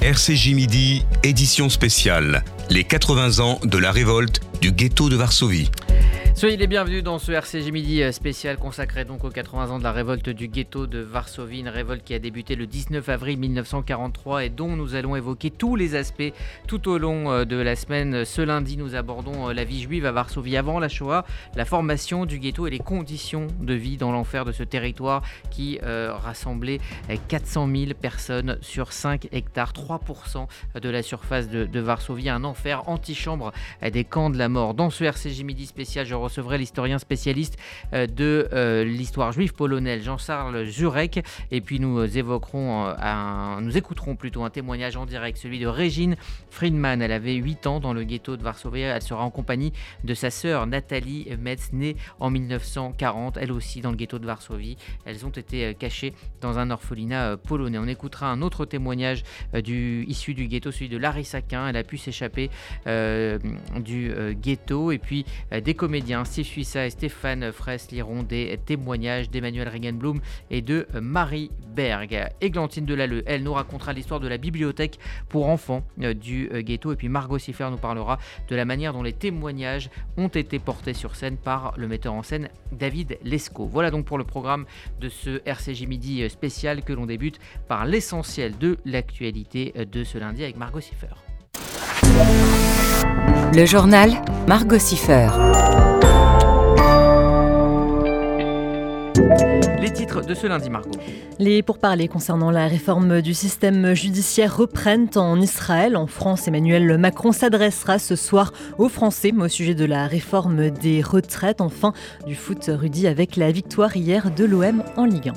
RCJ Midi, édition spéciale. Les 80 ans de la révolte du ghetto de Varsovie. Soyez les bienvenus dans ce RCJ Midi spécial consacré donc aux 80 ans de la révolte du ghetto de Varsovie, une révolte qui a débuté le 19 avril 1943 et dont nous allons évoquer tous les aspects tout au long de la semaine. Ce lundi, nous abordons la vie juive à Varsovie avant la Shoah, la formation du ghetto et les conditions de vie dans l'enfer de ce territoire qui rassemblait 400 000 personnes sur 5 hectares, 3% de la surface de Varsovie, un enfer, antichambre des camps de la mort. Dans ce RCJ Midi spécial, je recevrai l'historien spécialiste de l'histoire juive polonaise, Jean-Charles Jurek, et puis nous écouterons un témoignage en direct, celui de Régine Friedman. Elle avait 8 ans dans le ghetto de Varsovie. Elle sera en compagnie de sa sœur Nathalie Metz, née en 1940, elle aussi dans le ghetto de Varsovie. Elles ont été cachées dans un orphelinat polonais. On écoutera un autre témoignage issu du ghetto, celui de Larissa Quint. Elle a pu s'échapper du ghetto, et puis des comédiens, Steve Suissa et Stéphane Fraisse liront des témoignages d'Emmanuel Regenblum et de Marie Berg. Églantine Delalleux, elle nous racontera l'histoire de la bibliothèque pour enfants du ghetto, et puis Margot Siffer nous parlera de la manière dont les témoignages ont été portés sur scène par le metteur en scène David Lescaut. Voilà donc pour le programme de ce RCJ Midi spécial que l'on débute par l'essentiel de l'actualité de ce lundi avec Margot Siffer. Le journal Margot Siffer. Les titres de ce lundi, Margot. Les pourparlers concernant la réforme du système judiciaire reprennent en Israël. En France, Emmanuel Macron s'adressera ce soir aux Français au sujet de la réforme des retraites. Enfin, du foot, Rudy, avec la victoire hier de l'OM en Ligue 1.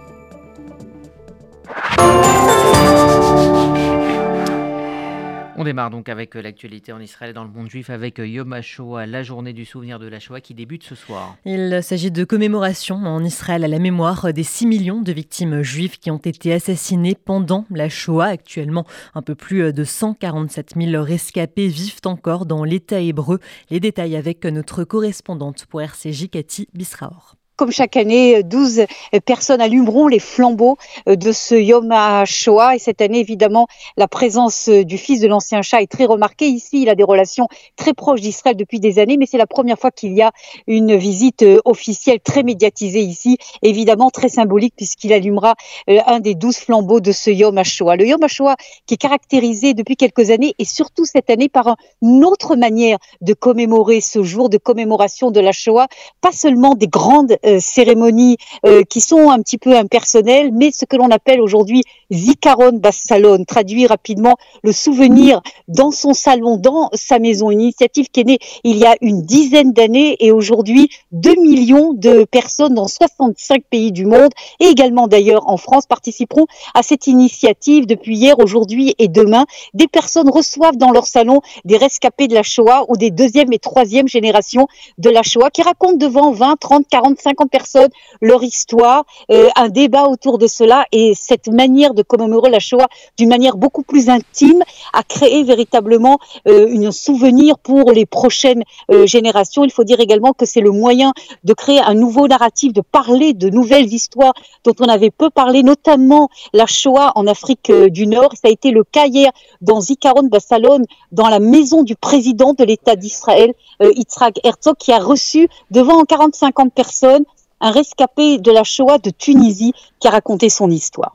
On démarre donc avec l'actualité en Israël et dans le monde juif avec Yom HaShoah, la journée du souvenir de la Shoah qui débute ce soir. Il s'agit de commémoration en Israël à la mémoire des 6 millions de victimes juives qui ont été assassinées pendant la Shoah. Actuellement, un peu plus de 147 000 rescapés vivent encore dans l'État hébreu. Les détails avec notre correspondante pour RCJ, Cathy Bisraor. Comme chaque année, 12 personnes allumeront les flambeaux de ce Yom HaShoah. Et cette année, évidemment, la présence du fils de l'ancien Shah est très remarquée. Ici, il a des relations très proches d'Israël depuis des années, mais c'est la première fois qu'il y a une visite officielle très médiatisée ici. Évidemment, très symbolique puisqu'il allumera un des 12 flambeaux de ce Yom HaShoah. Le Yom HaShoah qui est caractérisé depuis quelques années et surtout cette année par une autre manière de commémorer ce jour de commémoration de la Shoah. Pas seulement des grandes cérémonies qui sont un petit peu impersonnelles, mais ce que l'on appelle aujourd'hui Zikaron Bassalon, traduit rapidement le souvenir dans son salon, dans sa maison, une initiative qui est née il y a une dizaine d'années et aujourd'hui 2 millions de personnes dans 65 pays du monde et également d'ailleurs en France participeront à cette initiative depuis hier, aujourd'hui et demain. Des personnes reçoivent dans leur salon des rescapés de la Shoah ou des deuxième et troisième générations de la Shoah qui racontent devant 20, 30, 40, 50 personnes leur histoire, un débat autour de cela et cette manière de commémorer la Shoah d'une manière beaucoup plus intime a créé véritablement un souvenir pour les prochaines générations. Il faut dire également que c'est le moyen de créer un nouveau narratif, de parler de nouvelles histoires dont on avait peu parlé, notamment la Shoah en Afrique du Nord. Ça a été le cas hier dans Zikaron Bassalon, dans la maison du président de l'État d'Israël, Yitzhak Herzog, qui a reçu devant 40-50 personnes un rescapé de la Shoah de Tunisie qui a raconté son histoire.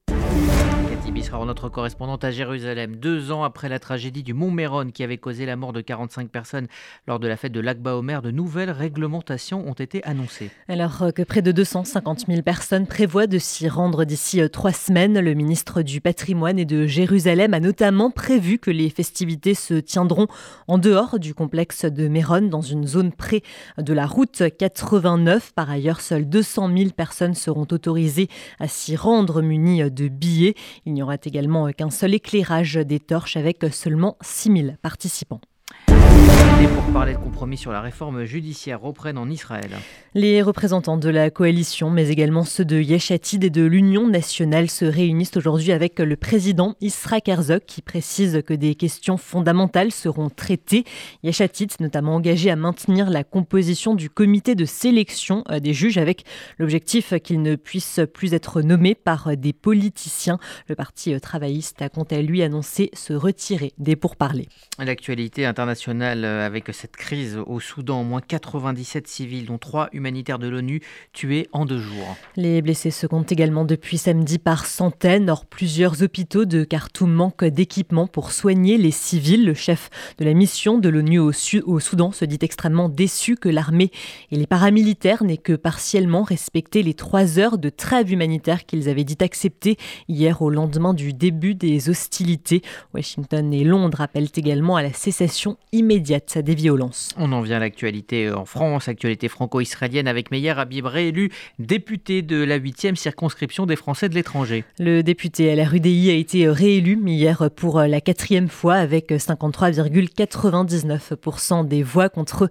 Cathy Bisraor, notre correspondante à Jérusalem. 2 ans après la tragédie du Mont Méron qui avait causé la mort de 45 personnes lors de la fête de Lag BaOmer, de nouvelles réglementations ont été annoncées. Alors que près de 250 000 personnes prévoient de s'y rendre d'ici 3 semaines, le ministre du Patrimoine et de Jérusalem a notamment prévu que les festivités se tiendront en dehors du complexe de Méron, dans une zone près de la route 89. Par ailleurs, seules 200 000 personnes seront autorisées à s'y rendre munies de billets. Il n'y aura également qu'un seul éclairage des torches avec seulement 6 000 participants. Les pourparlers de compromis sur la réforme judiciaire reprennent en Israël. Les représentants de la coalition, mais également ceux de Yesh Atid et de l'Union nationale se réunissent aujourd'hui avec le président Yitzhak Herzog qui précise que des questions fondamentales seront traitées. Yesh Atid notamment engagé à maintenir la composition du comité de sélection des juges avec l'objectif qu'ils ne puissent plus être nommés par des politiciens. Le parti travailliste a quant à lui annoncé se retirer des pourparlers. L'actualité internationale avec cette crise au Soudan, au moins 97 civils, dont 3 humanitaires de l'ONU, tués en 2 jours. Les blessés se comptent également depuis samedi par centaines. Or, plusieurs hôpitaux de Khartoum manquent d'équipements pour soigner les civils. Le chef de la mission de l'ONU au Soudan se dit extrêmement déçu que l'armée et les paramilitaires n'aient que partiellement respecté les 3 heures de trêve humanitaire qu'ils avaient dit accepter hier au lendemain du début des hostilités. Washington et Londres appellent également à la cessation immédiate des violences. On en vient à l'actualité en France, actualité franco-israélienne avec Meyer Habib, réélu député de la 8e circonscription des Français de l'étranger. Le député LRUDI a été réélu hier pour la 4e fois avec 53,99% des voix contre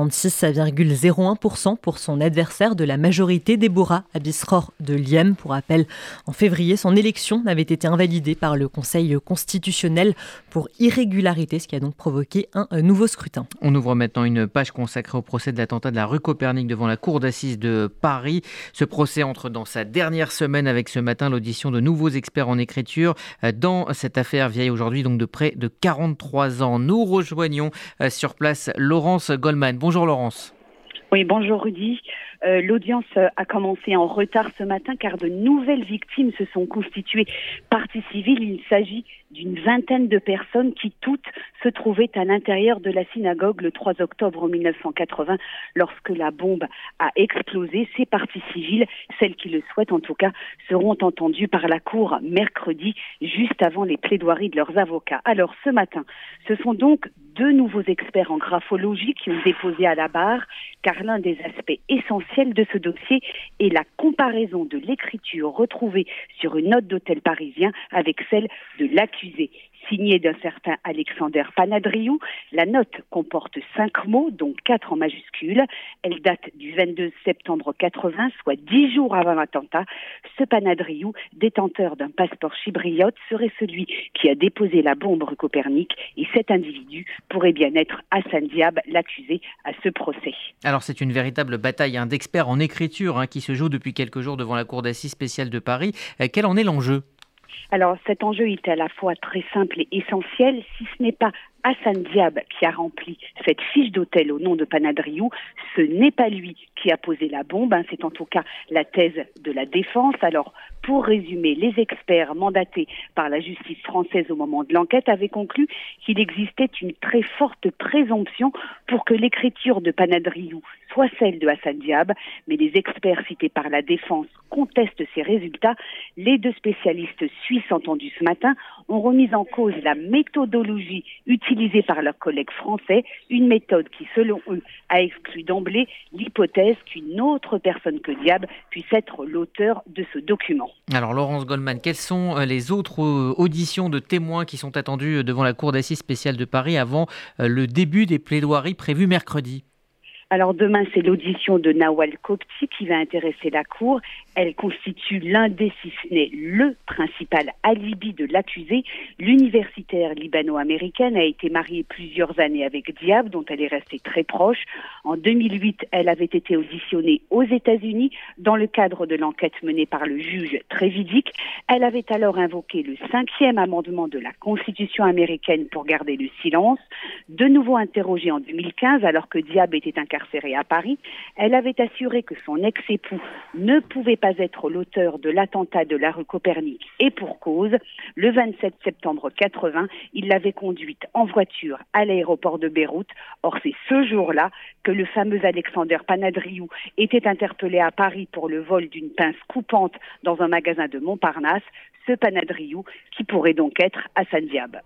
46,01% pour son adversaire de la majorité, Déborah Abisror de Liem. Pour rappel, en février, son élection avait été invalidée par le Conseil constitutionnel pour irrégularité, ce qui a donc provoqué un nouveau scrutin. On ouvre maintenant une page consacrée au procès de l'attentat de la rue Copernic devant la cour d'assises de Paris. Ce procès entre dans sa dernière semaine avec ce matin l'audition de nouveaux experts en écriture dans cette affaire vieille aujourd'hui donc de près de 43 ans. Nous rejoignons sur place Laurence Goldman. Bonjour Laurence. Oui, bonjour Rudy. L'audience a commencé en retard ce matin car de nouvelles victimes se sont constituées partie civile. Il s'agit d'une vingtaine de personnes qui toutes se trouvaient à l'intérieur de la synagogue le 3 octobre 1980 lorsque la bombe a explosé. Ces parties civiles, celles qui le souhaitent en tout cas, seront entendues par la cour mercredi juste avant les plaidoiries de leurs avocats. Alors ce matin, ce sont donc 2 nouveaux experts en graphologie qui ont déposé à la barre car l'un des aspects essentiels de ce dossier est la comparaison de l'écriture retrouvée sur une note d'hôtel parisien avec celle de l'accusé. Signée d'un certain Alexander Panadriou, la note comporte 5 mots, dont 4 en majuscules. Elle date du 22 septembre 80, soit 10 jours avant l'attentat. Ce Panadriou, détenteur d'un passeport chypriote, serait celui qui a déposé la bombe rue Copernic et cet individu pourrait bien être Hassan Diab, l'accusé à ce procès. Alors c'est une véritable bataille d'experts en écriture qui se joue depuis quelques jours devant la cour d'assises spéciale de Paris. Quel en est l'enjeu ? Alors cet enjeu est à la fois très simple et essentiel, si ce n'est pas Hassan Diab qui a rempli cette fiche d'hôtel au nom de Panadriou, ce n'est pas lui qui a posé la bombe, c'est en tout cas la thèse de la défense. Alors pour résumer, les experts mandatés par la justice française au moment de l'enquête avaient conclu qu'il existait une très forte présomption pour que l'écriture de Panadriou soit celle de Hassan Diab, mais les experts cités par la défense contestent ces résultats. Les 2 spécialistes suisses entendus ce matin ont remis en cause la méthodologie utilisée par leurs collègues français, une méthode qui, selon eux, a exclu d'emblée l'hypothèse qu'une autre personne que Diab puisse être l'auteur de ce document. Alors Laurence Goldman, quelles sont les autres auditions de témoins qui sont attendues devant la cour d'assises spéciale de Paris avant le début des plaidoiries prévues mercredi ? Alors demain, c'est l'audition de Nawal Kopti qui va intéresser la Cour. Elle constitue l'un des, si ce n'est le principal alibi de l'accusé. L'universitaire libano-américaine a été mariée plusieurs années avec Diab, dont elle est restée très proche. En 2008, elle avait été auditionnée aux États-Unis dans le cadre de l'enquête menée par le juge Trévidic. Elle avait alors invoqué le 5e amendement de la Constitution américaine pour garder le silence. De nouveau interrogée en 2015, alors que Diab était incarcérée à Paris, elle avait assuré que son ex-époux ne pouvait pas être l'auteur de l'attentat de la rue Copernic et pour cause. Le 27 septembre 80, il l'avait conduite en voiture à l'aéroport de Beyrouth. Or, c'est ce jour-là que le fameux Alexander Panadriou était interpellé à Paris pour le vol d'une pince coupante dans un magasin de Montparnasse. Ce Panadriou qui pourrait donc être Hassan Diab.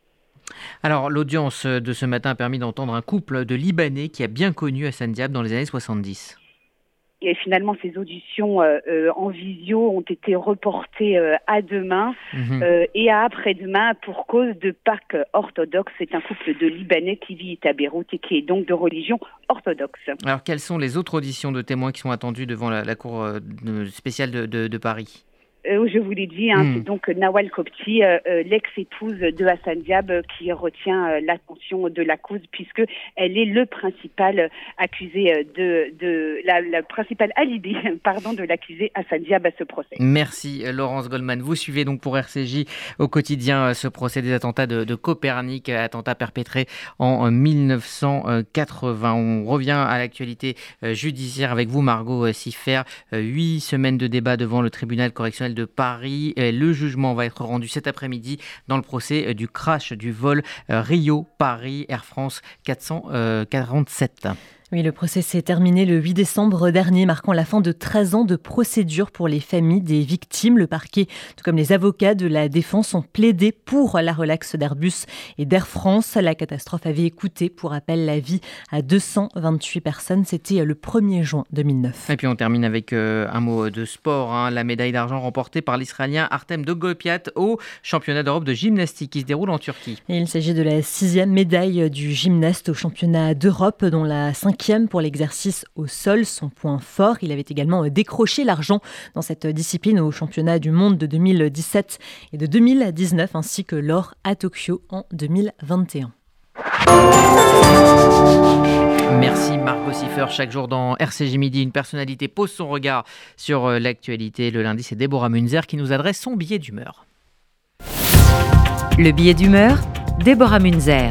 Alors, l'audience de ce matin a permis d'entendre un couple de Libanais qui a bien connu Hassan Diab dans les années 70. Et finalement, ces auditions en visio ont été reportées à demain et à après-demain pour cause de Pâques orthodoxe. C'est un couple de Libanais qui vit à Beyrouth et qui est donc de religion orthodoxe. Alors, quelles sont les autres auditions de témoins qui sont attendues devant la Cour spéciale de Paris ? Je vous l'ai dit, c'est donc Nawal Kopti, l'ex-épouse de Hassan Diab, qui retient l'attention de la cause, puisque elle est le principal accusé la principale alibi, de l'accusé Hassan Diab à ce procès. Merci Laurence Goldman. Vous suivez donc pour RCJ au quotidien ce procès des attentats de Copernic, attentats perpétrés en 1980. On revient à l'actualité judiciaire avec vous, Margot Siffert. 8 semaines de débat devant le tribunal correctionnel de Paris. Le jugement va être rendu cet après-midi dans le procès du crash du vol Rio-Paris Air France 447. Oui, le procès s'est terminé le 8 décembre dernier, marquant la fin de 13 ans de procédure pour les familles des victimes. Le parquet, tout comme les avocats de la défense, ont plaidé pour la relaxe d'Airbus et d'Air France. La catastrophe avait coûté, pour rappel, la vie à 228 personnes. C'était le 1er juin 2009. Et puis on termine avec un mot de sport. La médaille d'argent remportée par l'Israélien Artem Dogopiat au championnat d'Europe de gymnastique qui se déroule en Turquie. Et il s'agit de la 6e médaille du gymnaste au championnat d'Europe, dont la 5e pour l'exercice au sol, son point fort. Il avait également décroché l'argent dans cette discipline au championnat du monde de 2017 et de 2019, ainsi que l'or à Tokyo en 2021. Merci Margot Siffert. Chaque jour dans RCJ Midi, une personnalité pose son regard sur l'actualité. Le lundi, c'est Déborah Munzer qui nous adresse son billet d'humeur. Le billet d'humeur, Déborah Munzer.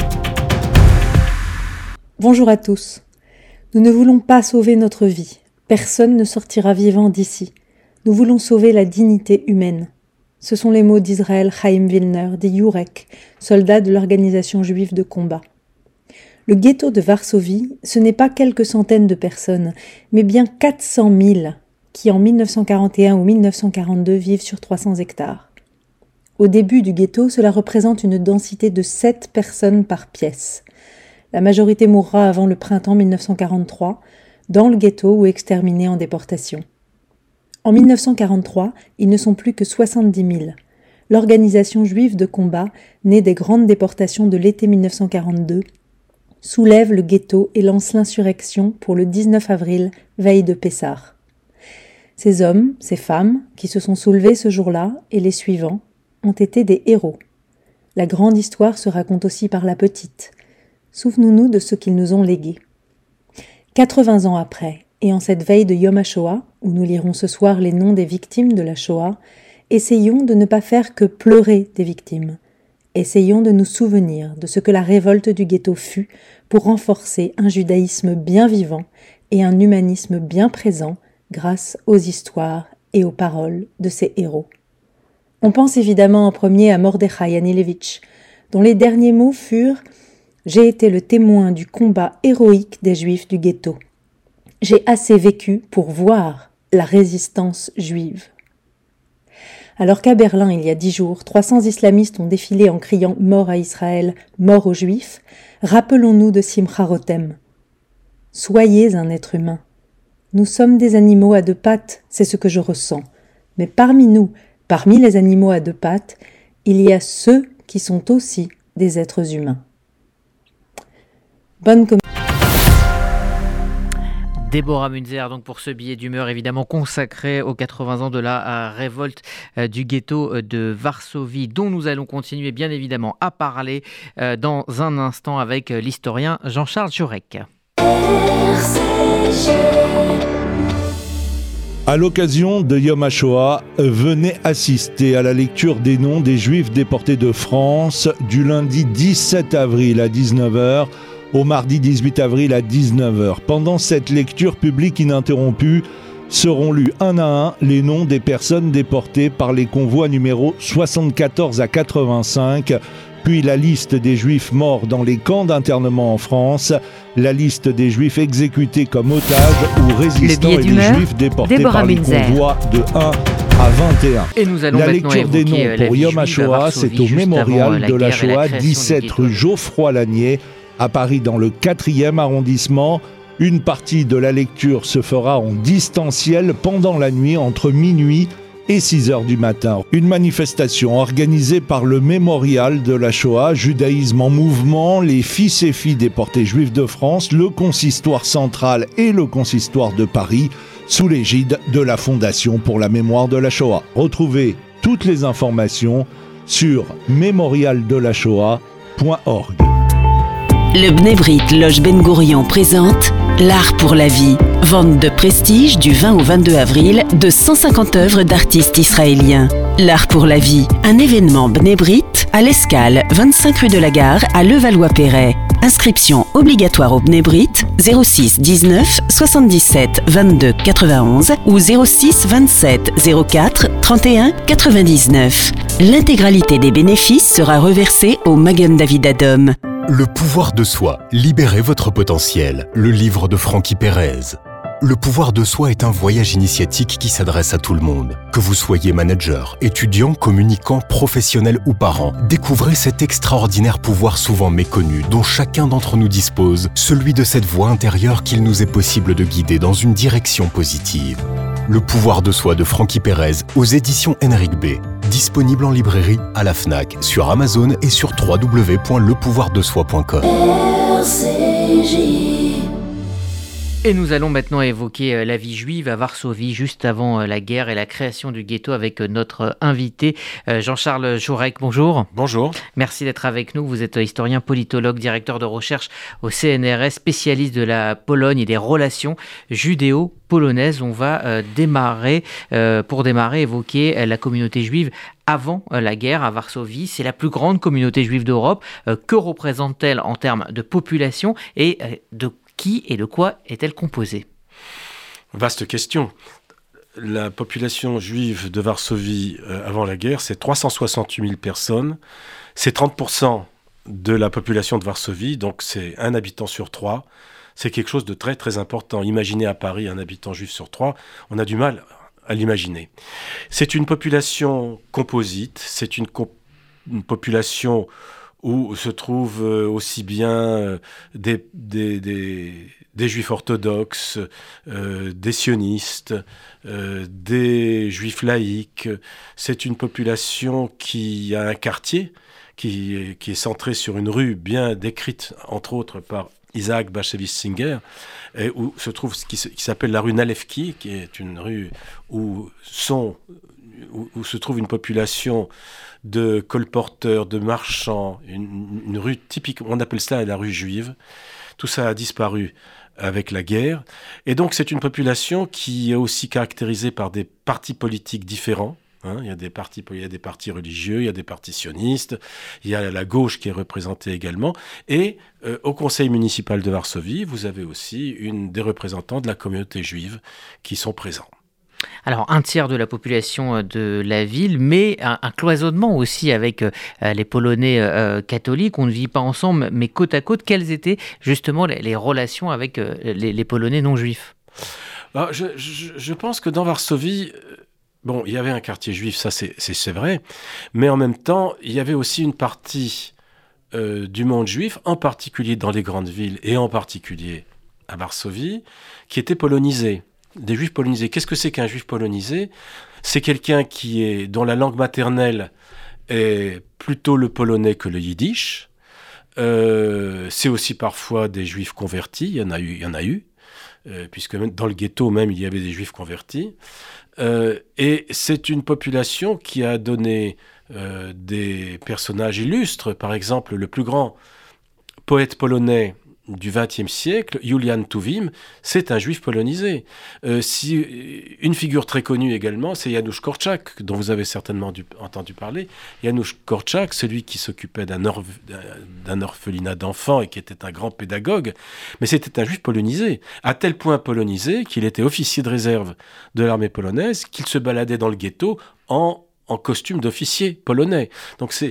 Bonjour à tous. Nous ne voulons pas sauver notre vie. Personne ne sortira vivant d'ici. Nous voulons sauver la dignité humaine. Ce sont les mots d'Israël Chaim Wilner, dit Yurek, soldat de l'organisation juive de combat. Le ghetto de Varsovie, ce n'est pas quelques centaines de personnes, mais bien 400 000 qui en 1941 ou 1942 vivent sur 300 hectares. Au début du ghetto, cela représente une densité de 7 personnes par pièce. La majorité mourra avant le printemps 1943, dans le ghetto ou exterminée en déportation. En 1943, ils ne sont plus que 70 000. L'organisation juive de combat, née des grandes déportations de l'été 1942, soulève le ghetto et lance l'insurrection pour le 19 avril, veille de Pessah. Ces hommes, ces femmes, qui se sont soulevés ce jour-là, et les suivants, ont été des héros. La grande histoire se raconte aussi par la petite. Souvenons-nous de ce qu'ils nous ont légué. 80 ans après, et en cette veille de Yom HaShoah, où nous lirons ce soir les noms des victimes de la Shoah, essayons de ne pas faire que pleurer des victimes. Essayons de nous souvenir de ce que la révolte du ghetto fut pour renforcer un judaïsme bien vivant et un humanisme bien présent grâce aux histoires et aux paroles de ces héros. On pense évidemment en premier à Mordechai Anilevitch, dont les derniers mots furent « J'ai été le témoin du combat héroïque des Juifs du ghetto. J'ai assez vécu pour voir la résistance juive. » Alors qu'à Berlin, il y a 10 jours, 300 islamistes ont défilé en criant « Mort à Israël, mort aux Juifs », rappelons-nous de Simcha Rotem. Soyez un être humain. Nous sommes des animaux à 2 pattes, c'est ce que je ressens. Mais parmi nous, parmi les animaux à 2 pattes, il y a ceux qui sont aussi des êtres humains. Bonne Déborah Munzer, donc pour ce billet d'humeur évidemment consacré aux 80 ans de la révolte du ghetto de Varsovie, dont nous allons continuer bien évidemment à parler dans un instant avec l'historien Jean-Charles Jurek. À l'occasion de Yom HaShoah, venez assister à la lecture des noms des Juifs déportés de France du lundi 17 avril à 19h au mardi 18 avril à 19h. Pendant cette lecture publique ininterrompue, seront lus un à un les noms des personnes déportées par les convois numéros 74 à 85, puis la liste des Juifs morts dans les camps d'internement en France, la liste des Juifs exécutés comme otages ou résistants et des Juifs déportés par les convois de 1 à 21. Et nous allons la lecture des noms pour Yom HaShoah, c'est au mémorial de la Shoah 17 rue Geoffroy-Lanier, à Paris dans le 4e arrondissement. Une partie de la lecture se fera en distanciel pendant la nuit entre minuit et 6 heures du matin. Une manifestation organisée par le Mémorial de la Shoah, Judaïsme en mouvement, les fils et filles déportés juifs de France, le consistoire central et le consistoire de Paris, sous l'égide de la Fondation pour la mémoire de la Shoah. Retrouvez toutes les informations sur mémorialdelashoah.org. Le Bnei Brit Loge Ben Gourion présente L'Art pour la vie. Vente de prestige du 20 au 22 avril de 150 œuvres d'artistes israéliens. L'Art pour la vie, un événement Bnei Brit à l'Escale, 25 rue de la Gare à Levallois-Perret. Inscription obligatoire au Bnei Brit 06 19 77 22 91 ou 06 27 04 31 99. L'intégralité des bénéfices sera reversée au Magen David Adom. Le pouvoir de soi, libérez votre potentiel. Le livre de Francky Perez. Le pouvoir de soi est un voyage initiatique qui s'adresse à tout le monde. Que vous soyez manager, étudiant, communicant, professionnel ou parent, découvrez cet extraordinaire pouvoir souvent méconnu dont chacun d'entre nous dispose, celui de cette voix intérieure qu'il nous est possible de guider dans une direction positive. Le pouvoir de soi de Francky Perez aux éditions Henrik B. Disponible en librairie, à la Fnac, sur Amazon et sur www.lepouvardesoi.com. Et nous allons maintenant évoquer la vie juive à Varsovie, juste avant la guerre et la création du ghetto avec notre invité Jean-Charles Jourek. Bonjour. Bonjour. Merci d'être avec nous. Vous êtes historien, politologue, directeur de recherche au CNRS, spécialiste de la Pologne et des relations judéo-polonaises. On va pour démarrer, évoquer la communauté juive avant la guerre à Varsovie. C'est la plus grande communauté juive d'Europe. Que représente-t-elle en termes de population et de qui et de quoi est-elle composée ? Vaste question. La population juive de Varsovie avant la guerre, c'est 368 000 personnes. C'est 30% de la population de Varsovie, donc c'est un habitant sur 3. C'est quelque chose de très très important. Imaginez à Paris un habitant juif sur 3, on a du mal à l'imaginer. C'est une population composite, c'est une population où se trouvent aussi bien des juifs orthodoxes, des sionistes, des juifs laïcs. C'est une population qui a un quartier qui est centré sur une rue bien décrite, entre autres, par Isaac Bashevis Singer, où se trouve ce qui s'appelle la rue Nalevki, qui est une rue où se trouve une population de colporteurs, de marchands, une rue typique, on appelle ça la rue juive. Tout ça a disparu avec la guerre. Et donc c'est une population qui est aussi caractérisée par des partis politiques différents. Il y a des partis religieux, il y a des partis sionistes, il y a la gauche qui est représentée également. Et au conseil municipal de Varsovie, vous avez aussi des représentants de la communauté juive qui sont présents. Alors, un tiers de la population de la ville, mais un cloisonnement aussi avec les Polonais catholiques. On ne vit pas ensemble, mais côte à côte. Quelles étaient justement les relations avec les Polonais non juifs ? Alors, je pense que dans Varsovie, il y avait un quartier juif, ça c'est vrai, mais en même temps, il y avait aussi une partie du monde juif, en particulier dans les grandes villes et en particulier à Varsovie, qui était polonisée. Des juifs polonisés. Qu'est-ce que c'est qu'un juif polonisé ? C'est quelqu'un dont la langue maternelle est plutôt le polonais que le yiddish. C'est aussi parfois des juifs convertis, il y en a eu, puisque même dans le ghetto même, il y avait des juifs convertis. Et c'est une population qui a donné des personnages illustres. Par exemple, le plus grand poète polonais du XXe siècle, Julian Tuwim, c'est un juif polonisé. Une figure très connue également, c'est Janusz Korczak, dont vous avez certainement entendu parler. Janusz Korczak, celui qui s'occupait d'un orphelinat d'enfants et qui était un grand pédagogue, mais c'était un juif polonisé, à tel point polonisé qu'il était officier de réserve de l'armée polonaise, qu'il se baladait dans le ghetto en costume d'officier polonais. Donc ça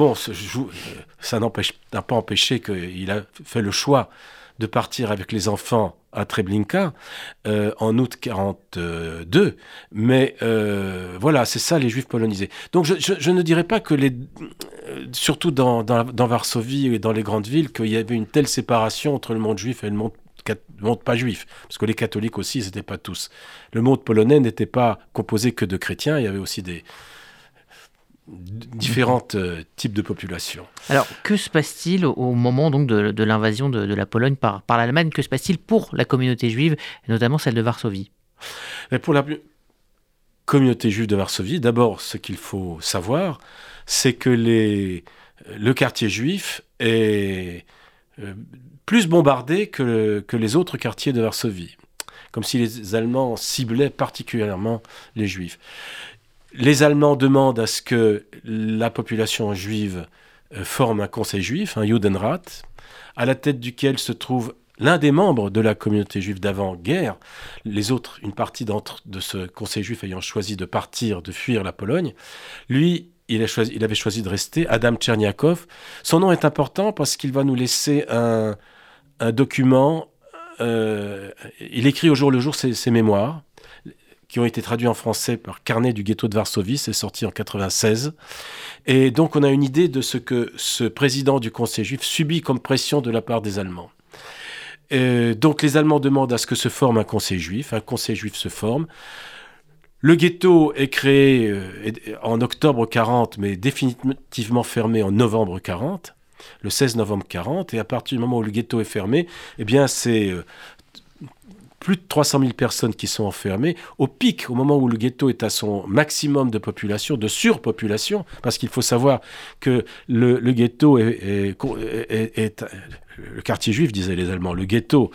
n'a pas empêché qu'il a fait le choix de partir avec les enfants à Treblinka en août 1942. Mais voilà, c'est ça les juifs polonisés. Donc je ne dirais pas que surtout dans Varsovie et dans les grandes villes, qu'il y avait une telle séparation entre le monde juif et le monde monde pas juif, parce que les catholiques aussi, ils n'étaient pas tous. Le monde polonais n'était pas composé que de chrétiens, il y avait aussi des différents types de populations. Alors, que se passe-t-il au moment donc de l'invasion de la Pologne par l'Allemagne? Que se passe-t-il pour la communauté juive, et notamment celle de Varsovie? Mais pour la communauté juive de Varsovie, d'abord, ce qu'il faut savoir, c'est que le quartier juif est plus bombardé que les autres quartiers de Varsovie, comme si les Allemands ciblaient particulièrement les Juifs. Les Allemands demandent à ce que la population juive forme un conseil juif, un Judenrat, à la tête duquel se trouve l'un des membres de la communauté juive d'avant-guerre, les autres, une partie de ce conseil juif ayant choisi de partir, de fuir la Pologne. Lui, il avait choisi de rester, Adam Tcherniakov. Son nom est important parce qu'il va nous laisser un document. Il écrit au jour le jour ses mémoires, qui ont été traduits en français par Carnet du ghetto de Varsovie, c'est sorti en 1996. Et donc on a une idée de ce que ce président du Conseil juif subit comme pression de la part des Allemands. Donc les Allemands demandent à ce que se forme un Conseil juif se forme. Le ghetto est créé en octobre 40, mais définitivement fermé en novembre 40, le 16 novembre 40, et à partir du moment où le ghetto est fermé, eh bien c'est plus de 300 000 personnes qui sont enfermées. Au pic, au moment où le ghetto est à son maximum de population, de surpopulation, parce qu'il faut savoir que le ghetto est le quartier juif, disaient les Allemands, le ghetto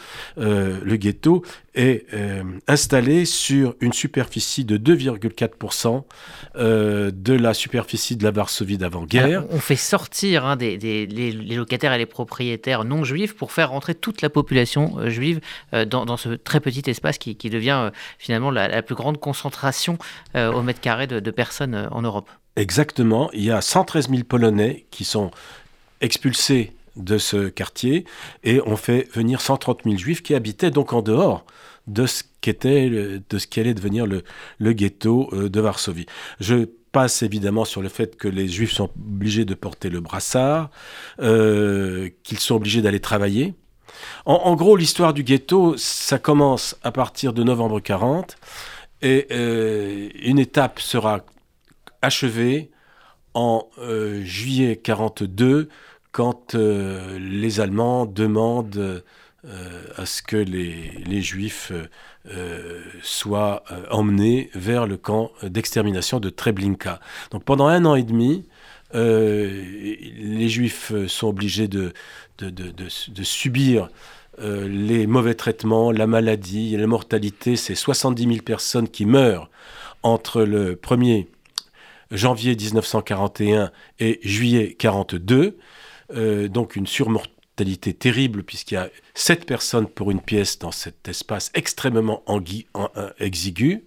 est installé sur une superficie de 2,4% de la superficie de la Varsovie d'avant-guerre. Alors, on fait sortir les locataires et les propriétaires non juifs pour faire rentrer toute la population juive dans ce très petit espace qui devient finalement la plus grande concentration au mètre carré de personnes en Europe. Exactement. Il y a 113 000 Polonais qui sont expulsés de ce quartier, et on fait venir 130 000 juifs qui habitaient donc en dehors de ce qui allait devenir le ghetto de Varsovie. Je passe évidemment sur le fait que les juifs sont obligés de porter le brassard, qu'ils sont obligés d'aller travailler. En gros, l'histoire du ghetto, ça commence à partir de novembre 40, et une étape sera achevée en juillet 42, quand les Allemands demandent à ce que les Juifs soient emmenés vers le camp d'extermination de Treblinka. Donc pendant 1 an et demi, les Juifs sont obligés de subir les mauvais traitements, la maladie, la mortalité. C'est 70 000 personnes qui meurent entre le 1er janvier 1941 et juillet 42. Donc une surmortalité terrible, puisqu'il y a 7 personnes pour une pièce dans cet espace extrêmement exigu.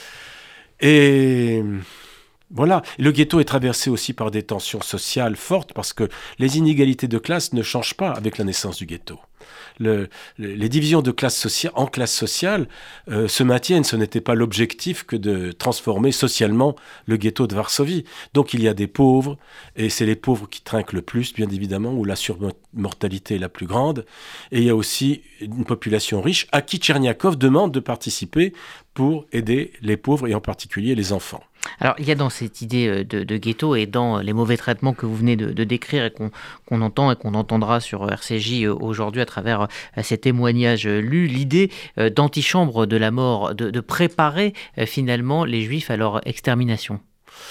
Et voilà. Le ghetto est traversé aussi par des tensions sociales fortes, parce que les inégalités de classe ne changent pas avec la naissance du ghetto. Les divisions de en classe sociale se maintiennent. Ce n'était pas l'objectif que de transformer socialement le ghetto de Varsovie. Donc il y a des pauvres, et c'est les pauvres qui trinquent le plus, bien évidemment, où la surmortalité est la plus grande. Et il y a aussi une population riche à qui Tcherniakov demande de participer pour aider les pauvres, et en particulier les enfants. Alors, il y a dans cette idée de ghetto et dans les mauvais traitements que vous venez de décrire et qu'on entend et qu'on entendra sur RCJ aujourd'hui à travers ces témoignages lus, l'idée d'antichambre de la mort, de préparer finalement les Juifs à leur extermination.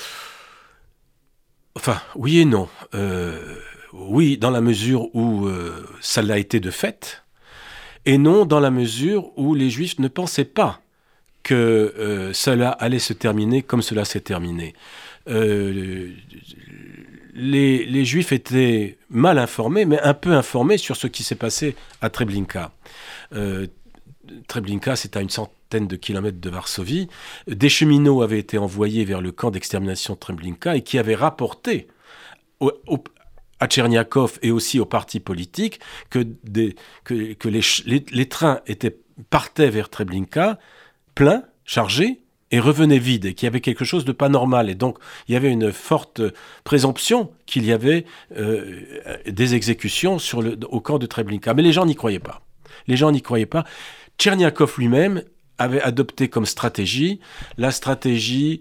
Enfin, oui et non. Oui, dans la mesure où ça l'a été de fait, et non dans la mesure où les Juifs ne pensaient pas que cela allait se terminer comme cela s'est terminé. Les Juifs étaient mal informés, mais un peu informés sur ce qui s'est passé à Treblinka. Treblinka, c'est à une centaine de kilomètres de Varsovie. Des cheminots avaient été envoyés vers le camp d'extermination de Treblinka et qui avaient rapporté à Tcherniakov et aussi aux partis politiques que les trains partaient vers Treblinka plein, chargé, et revenait vide, et qu'il y avait quelque chose de pas normal. Et donc, il y avait une forte présomption qu'il y avait des exécutions au camp de Treblinka. Mais les gens n'y croyaient pas. Les gens n'y croyaient pas. Tcherniakov lui-même avait adopté comme stratégie la stratégie,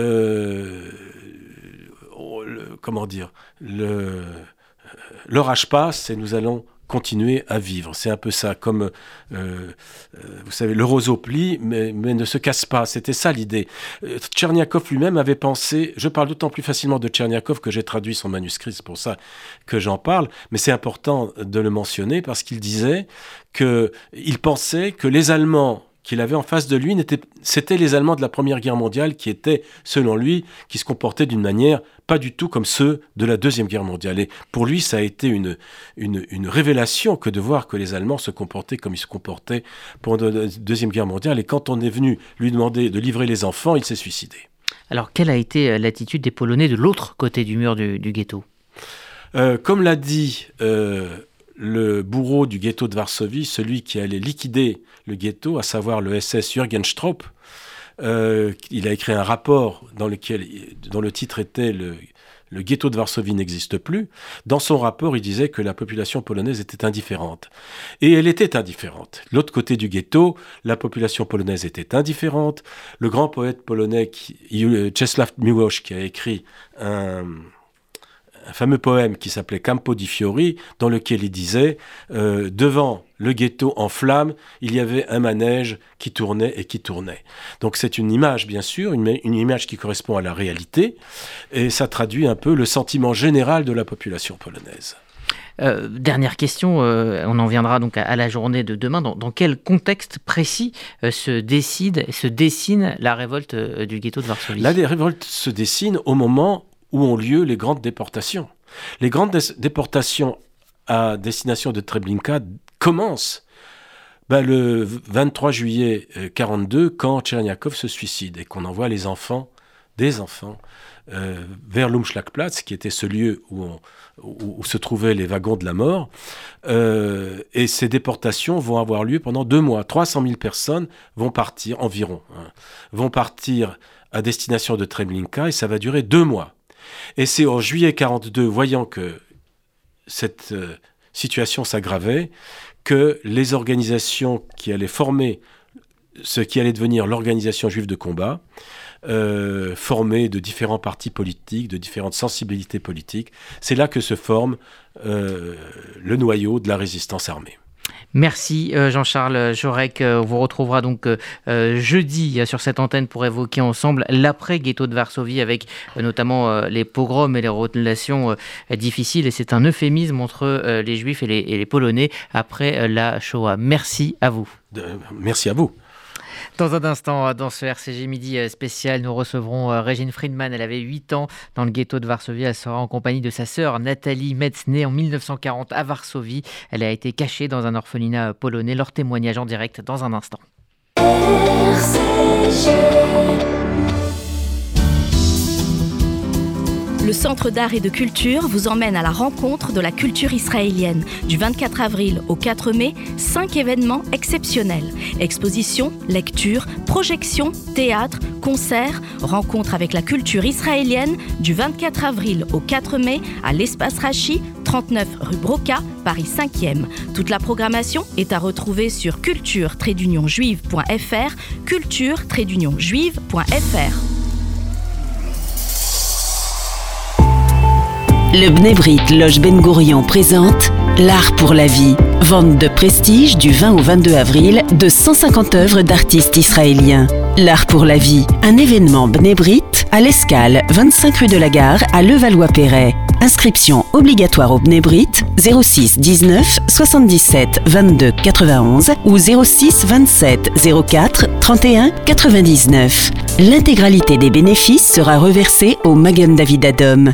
l'orage passe et nous allons continuer à vivre. C'est un peu ça, comme, vous savez, le roseau plie, mais ne se casse pas. C'était ça l'idée. Tcherniakov lui-même avait pensé, je parle d'autant plus facilement de Tcherniakov que j'ai traduit son manuscrit, c'est pour ça que j'en parle, mais c'est important de le mentionner parce qu'il disait qu'il pensait que les Allemands qu'il avait en face de lui, c'était les Allemands de la Première Guerre mondiale qui étaient, selon lui, qui se comportaient d'une manière pas du tout comme ceux de la Deuxième Guerre mondiale. Et pour lui, ça a été une révélation que de voir que les Allemands se comportaient comme ils se comportaient pendant la Deuxième Guerre mondiale. Et quand on est venu lui demander de livrer les enfants, il s'est suicidé. Alors, quelle a été l'attitude des Polonais de l'autre côté du mur du ghetto ? Comme l'a dit le bourreau du ghetto de Varsovie, celui qui allait liquider le ghetto, à savoir le SS Jürgen Stroop, il a écrit un rapport dont le titre était le ghetto de Varsovie n'existe plus. Dans son rapport, il disait que la population polonaise était indifférente. Et elle était indifférente. De l'autre côté du ghetto, la population polonaise était indifférente. Le grand poète polonais Czesław Miłosz, qui a écrit un fameux poème qui s'appelait Campo di Fiori, dans lequel il disait devant le ghetto en flammes, il y avait un manège qui tournait et qui tournait. Donc c'est une image, bien sûr, une image qui correspond à la réalité, et ça traduit un peu le sentiment général de la population polonaise. Dernière question, on en viendra donc à la journée de demain. Dans quel contexte précis se dessine la révolte du ghetto de Varsovie ? La révolte se dessine au moment où ont lieu les grandes déportations. Les grandes déportations à destination de Treblinka commencent le 23 juillet 1942, quand Tcherniakov se suicide et qu'on envoie des enfants vers l'Umschlagplatz, qui était ce lieu où se trouvaient les wagons de la mort. Et ces déportations vont avoir lieu pendant 2 mois. 300 000 personnes vont partir, environ, vont partir à destination de Treblinka, et ça va durer 2 mois. Et c'est en juillet 1942, voyant que cette situation s'aggravait, que les organisations qui allaient former ce qui allait devenir l'organisation juive de combat, formée de différents partis politiques, de différentes sensibilités politiques, c'est là que se forme le noyau de la résistance armée. Merci Jean-Charles Jaurec. On vous retrouvera donc jeudi sur cette antenne pour évoquer ensemble l'après-ghetto de Varsovie, avec notamment les pogroms et les relations difficiles. Et c'est un euphémisme entre les Juifs et les Polonais après la Shoah. Merci à vous. Merci à vous. Dans un instant, dans ce RCG Midi spécial, nous recevrons Régine Friedman. Elle avait 8 ans dans le ghetto de Varsovie. Elle sera en compagnie de sa sœur Nathalie Metz, née en 1940 à Varsovie. Elle a été cachée dans un orphelinat polonais. Leur témoignage en direct dans un instant. RCG. Le Centre d'art et de culture vous emmène à la rencontre de la culture israélienne. Du 24 avril au 4 mai, 5 événements exceptionnels. Expositions, lectures, projections, théâtre, concerts, rencontres avec la culture israélienne du 24 avril au 4 mai à l'Espace Rachi, 39 rue Broca, Paris 5e. Toute la programmation est à retrouver sur culture-juive.fr, culture-juive.fr. Le Bnei Brit Loge Ben Gourion présente L'Art pour la vie. Vente de prestige du 20 au 22 avril de 150 œuvres d'artistes israéliens. L'Art pour la vie, un événement Bnei Brit à l'Escale, 25 rue de la Gare à Levallois-Perret. Inscription obligatoire au Bnei Brit 06 19 77 22 91 ou 06 27 04 31 99. L'intégralité des bénéfices sera reversée au Magen David Adom.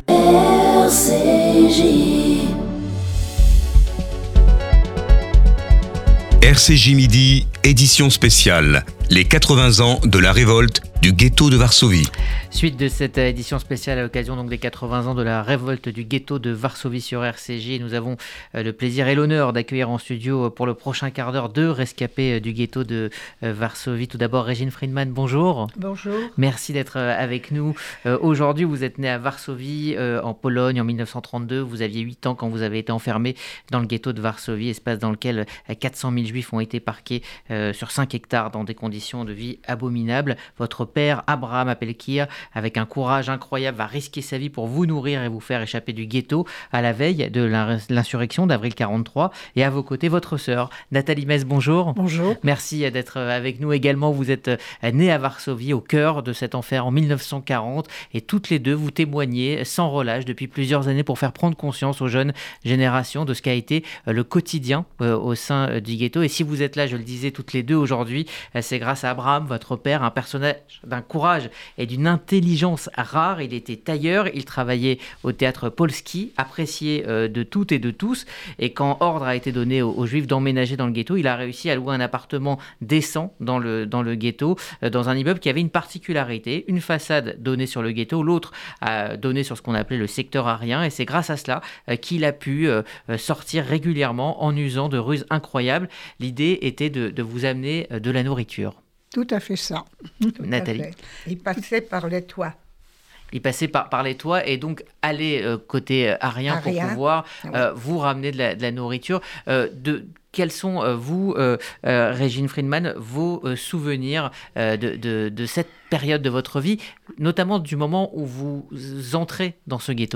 RCJ Midi, édition spéciale, les 80 ans de la révolte du ghetto de Varsovie. Suite de cette édition spéciale à l'occasion donc des 80 ans de la révolte du ghetto de Varsovie sur RCJ. Nous avons le plaisir et l'honneur d'accueillir en studio pour le prochain quart d'heure 2 rescapés du ghetto de Varsovie. Tout d'abord, Régine Friedman, bonjour. Bonjour. Merci d'être avec nous. Aujourd'hui, vous êtes né à Varsovie, en Pologne, en 1932. Vous aviez 8 ans quand vous avez été enfermé dans le ghetto de Varsovie, espace dans lequel 400 000 juifs ont été parqués sur 5 hectares dans des conditions de vie abominables. Votre père, Abraham Apelkir, avec un courage incroyable, va risquer sa vie pour vous nourrir et vous faire échapper du ghetto à la veille de l'insurrection d'avril 43. Et à vos côtés, votre sœur, Nathalie Metz, bonjour. Bonjour. Merci d'être avec nous également. Vous êtes née à Varsovie, au cœur de cet enfer en 1940. Et toutes les deux, vous témoignez sans relâche depuis plusieurs années pour faire prendre conscience aux jeunes générations de ce qu'a été le quotidien au sein du ghetto. Et si vous êtes là, je le disais, toutes les deux aujourd'hui, c'est grâce à Abraham, votre père, un personnage d'un courage et d'une intelligence rare. Il était tailleur, il travaillait au théâtre Polski, apprécié de toutes et de tous. Et quand ordre a été donné aux Juifs d'emménager dans le ghetto, il a réussi à louer un appartement décent dans le ghetto, dans un immeuble qui avait une particularité, une façade donnée sur le ghetto, l'autre donnée sur ce qu'on appelait le secteur arien. Et c'est grâce à cela qu'il a pu sortir régulièrement en usant de ruses incroyables. L'idée était de vous amener de la nourriture. Tout à fait ça. Nathalie. Il passait par les toits. Il passait par les toits et donc aller côté arien pour pouvoir vous ramener de la nourriture. Quels sont, vous, Régine Friedman, vos souvenirs de cette période de votre vie, notamment du moment où vous entrez dans ce ghetto ?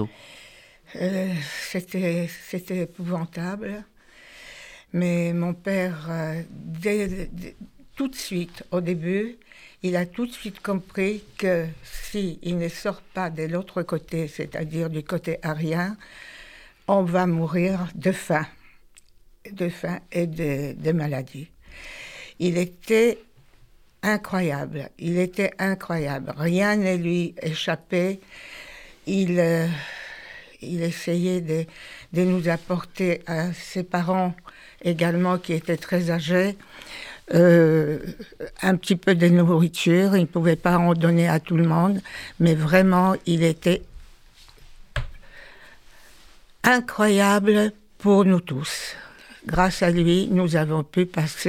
C'était épouvantable. Mais mon père, tout de suite, au début, il a tout de suite compris que s'il ne sort pas de l'autre côté, c'est-à-dire du côté arien, on va mourir de faim et de maladie. Il était incroyable, rien ne lui échappait. Il essayait de nous apporter à ses parents également qui étaient très âgés, un petit peu de nourriture. Il ne pouvait pas en donner à tout le monde, mais vraiment, il était incroyable pour nous tous. Grâce à lui, nous avons pu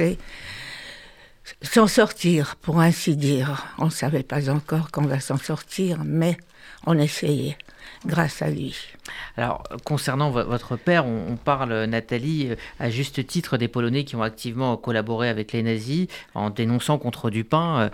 s'en sortir, pour ainsi dire. On ne savait pas encore qu'on va s'en sortir, mais on essayait. Grâce à lui. Alors, concernant votre père, on parle, Nathalie, à juste titre des Polonais qui ont activement collaboré avec les nazis en dénonçant contre Dupin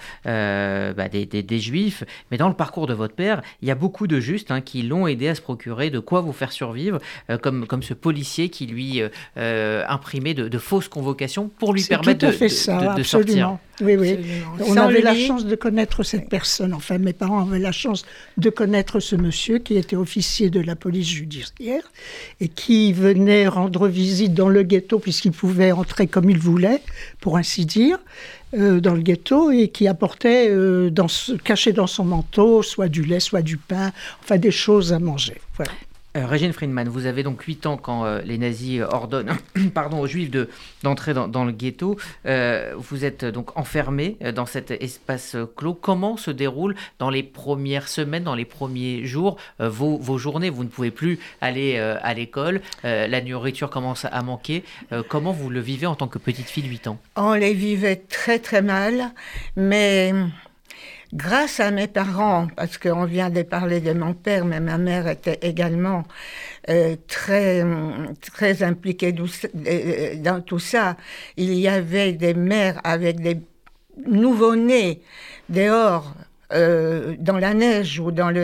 des Juifs. Mais dans le parcours de votre père, il y a beaucoup de justes qui l'ont aidé à se procurer de quoi vous faire survivre, comme ce policier qui lui imprimait de fausses convocations pour lui permettre de sortir. Oui. Absolument. On avait la chance de connaître cette personne. Enfin, mes parents avaient la chance de connaître ce monsieur qui était officier de la police judiciaire et qui venait rendre visite dans le ghetto puisqu'il pouvait entrer comme il voulait, pour ainsi dire, dans le ghetto, et qui apportait caché dans son manteau soit du lait, soit du pain, enfin des choses à manger. Voilà. Régine Friedman, vous avez donc 8 ans quand les nazis ordonnent aux Juifs d'entrer dans le ghetto. Vous êtes donc enfermé dans cet espace clos. Comment se déroulent dans les premières semaines, dans les premiers jours, vos journées ? Vous ne pouvez plus aller à l'école. La nourriture commence à manquer. Comment vous le vivez en tant que petite fille de 8 ans ? On les vivait très très mal, mais... Grâce à mes parents, parce qu'on vient de parler de mon père, mais ma mère était également très, très impliquée dans tout ça. Il y avait des mères avec des nouveau-nés dehors, dans la neige ou dans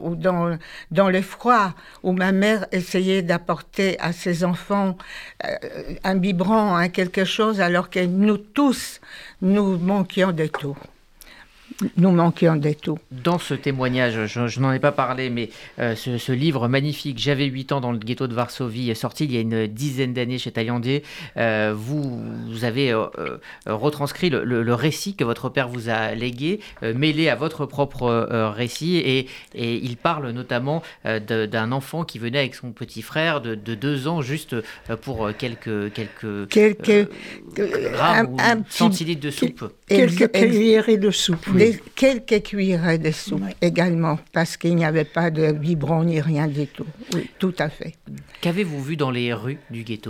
le froid, où ma mère essayait d'apporter à ses enfants un biberon, quelque chose, alors que nous tous, nous manquions de tout. Nous manquions de tout. Dans ce témoignage, je n'en ai pas parlé, mais ce livre magnifique, J'avais 8 ans dans le ghetto de Varsovie, est sorti il y a une dizaine d'années chez Taillandier. Vous avez retranscrit le récit que votre père vous a légué, mêlé à votre propre récit, et il parle notamment d'un enfant qui venait avec son petit frère de 2 ans, juste pour quelques grammes ou centilitres de soupe. Quelques cuillerées de soupe. Oui. Quelques cuillerées de soupe également, parce qu'il n'y avait pas de biberon ni rien du tout. Oui, tout à fait. Qu'avez-vous vu dans les rues du ghetto ?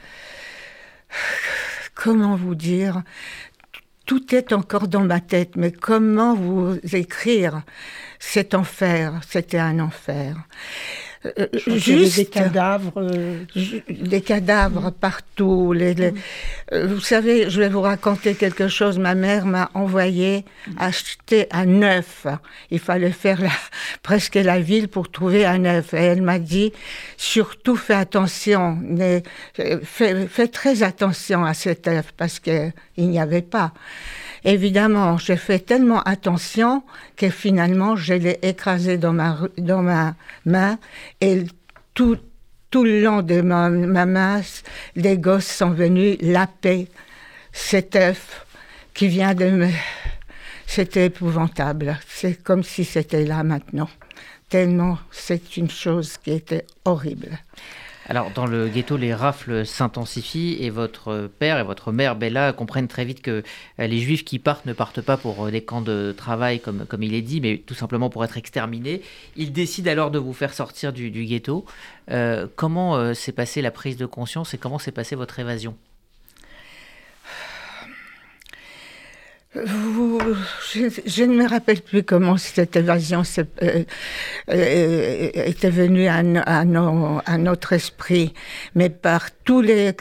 Comment vous dire ? Tout est encore dans ma tête, mais comment vous écrire cet enfer ? C'était un enfer. Juste des cadavres. Des cadavres partout. Vous savez, je vais vous raconter quelque chose. Ma mère m'a envoyé acheter un œuf. Il fallait faire presque la ville pour trouver un œuf. Et elle m'a dit, surtout fais attention, fais très attention à cet œuf, parce qu'il n'y avait pas. Évidemment, j'ai fait tellement attention que finalement, je l'ai écrasé dans ma main et tout le long de ma main, les gosses sont venus laper cet œuf qui vient de me... C'était épouvantable. C'est comme si c'était là maintenant. Tellement c'est une chose qui était horrible. Alors, dans le ghetto, les rafles s'intensifient et votre père et votre mère, Bella, comprennent très vite que les Juifs qui partent ne partent pas pour des camps de travail, comme il est dit, mais tout simplement pour être exterminés. Ils décident alors de vous faire sortir du ghetto. Comment s'est passée la prise de conscience et comment s'est passée votre évasion ? Je ne me rappelle plus comment cette évasion était venue à notre esprit, mais par tous les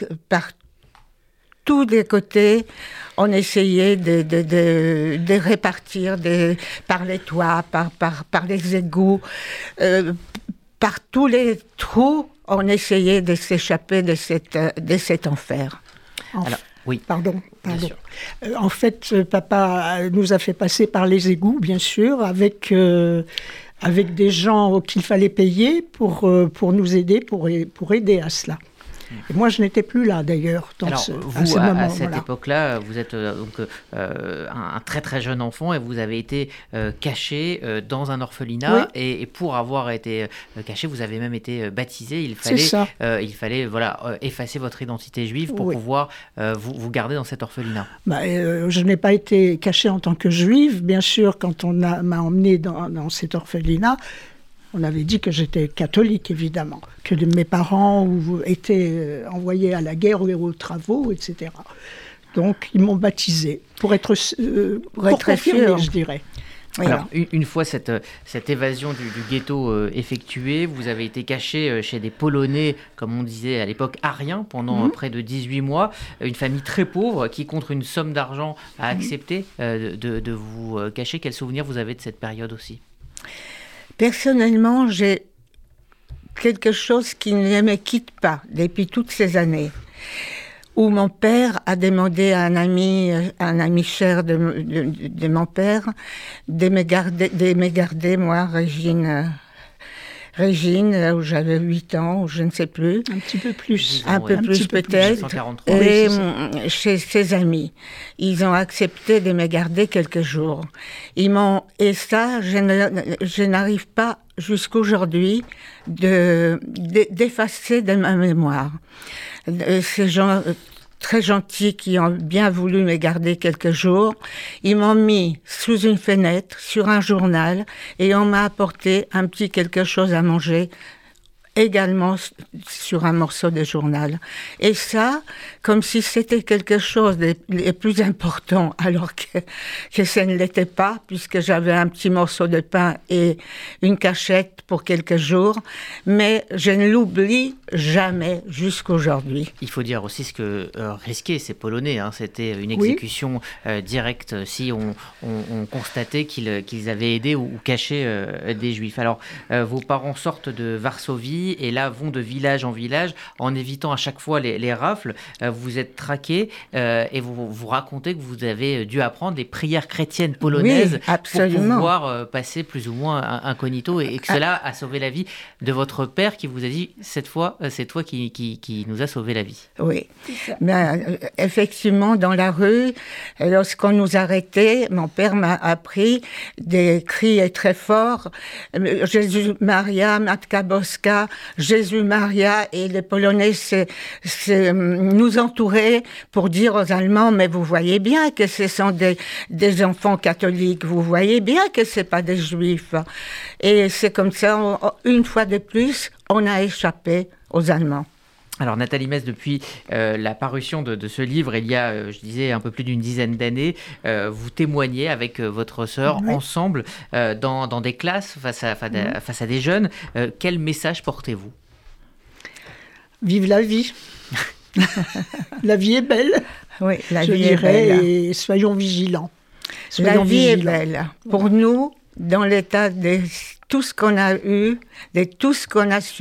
côtés, on essayait de répartir par les toits, par les égouts, par tous les trous, on essayait de s'échapper de cet enfer. Alors, oui. Pardon. En fait, papa nous a fait passer par les égouts, bien sûr, avec des gens qu'il fallait payer pour nous aider, pour aider à cela. Et moi, je n'étais plus là, d'ailleurs, à cette époque-là, vous êtes un très très jeune enfant et vous avez été caché dans un orphelinat. Oui. Et pour avoir été caché, vous avez même été baptisé. Il fallait effacer votre identité juive pour pouvoir vous garder dans cet orphelinat. Je n'ai pas été cachée en tant que juive. Bien sûr, quand on m'a emmenée dans cet orphelinat, on avait dit que j'étais catholique, évidemment, que mes parents étaient envoyés à la guerre ou aux travaux, etc. Donc, ils m'ont baptisée pour être confirmée, je dirais. Oui. Alors, une fois cette évasion du ghetto effectuée, vous avez été caché chez des Polonais, comme on disait à l'époque, ariens, pendant près de 18 mois. Une famille très pauvre qui, contre une somme d'argent, a accepté de vous cacher. Quel souvenir vous avez de cette période aussi ? Personnellement, j'ai quelque chose qui ne me quitte pas depuis toutes ces années, où mon père a demandé à un ami cher de mon père, de me garder, moi, Régine, où j'avais 8 ans, ou je ne sais plus. Un petit peu plus. Un peu plus peut-être. Et chez ses amis. Ils ont accepté de me garder quelques jours. Et ça, je n'arrive pas jusqu'aujourd'hui d'effacer de ma mémoire. Ces gens très gentils qui ont bien voulu me garder quelques jours, ils m'ont mis sous une fenêtre, sur un journal, et on m'a apporté un petit quelque chose à manger, également sur un morceau de journal. Et ça, comme si c'était quelque chose de plus important, alors que ce ne l'était pas, puisque j'avais un petit morceau de pain et une cachette pour quelques jours, mais je ne l'oublie jamais jusqu'aujourd'hui. Il faut dire aussi ce que risquaient ces Polonais, c'était une exécution directe si on constatait qu'ils avaient aidé ou caché des Juifs. Alors, vos parents sortent de Varsovie et là vont de village en village en évitant à chaque fois les rafles. Vous êtes traqués et vous racontez que vous avez dû apprendre des prières chrétiennes polonaises pour pouvoir passer plus ou moins incognito et que cela a sauvé la vie de votre père qui vous a dit cette fois c'est toi qui nous a sauvé la vie. Oui, effectivement dans la rue lorsqu'on nous arrêtait, mon père m'a appris des cris très forts, Jésus Maria, Matka Boska, Jésus, Maria, et les Polonais nous entouraient pour dire aux Allemands, mais vous voyez bien que ce sont des enfants catholiques, vous voyez bien que ce n'est pas des Juifs. Et c'est comme ça, une fois de plus, on a échappé aux Allemands. Alors Nathalie Metz, depuis la parution de ce livre, il y a, je disais, un peu plus d'une dizaine d'années, vous témoignez avec votre sœur ensemble dans des classes face à des jeunes. Quel message portez-vous ? Vive la vie. La vie est belle. Oui, la vie est belle. Et soyons vigilants. La vie est belle. Pour nous, dans l'état de tout ce qu'on a eu, de tout ce qu'on a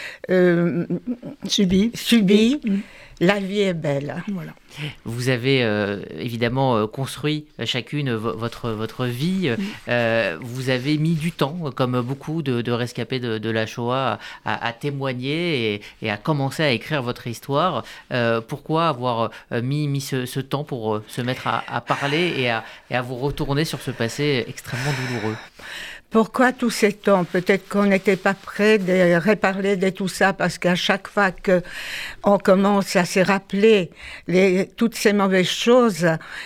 subi, la vie est belle. Voilà. Vous avez évidemment construit chacune votre vie. Vous avez mis du temps, comme beaucoup de rescapés de la Shoah, à témoigner et à commencer à écrire votre histoire. Pourquoi avoir mis ce temps pour se mettre à parler et à vous retourner sur ce passé extrêmement douloureux ? Pourquoi tous ces temps ? Peut-être qu'on n'était pas prêt de reparler de tout ça, parce qu'à chaque fois qu'on commence à se rappeler toutes ces mauvaises choses,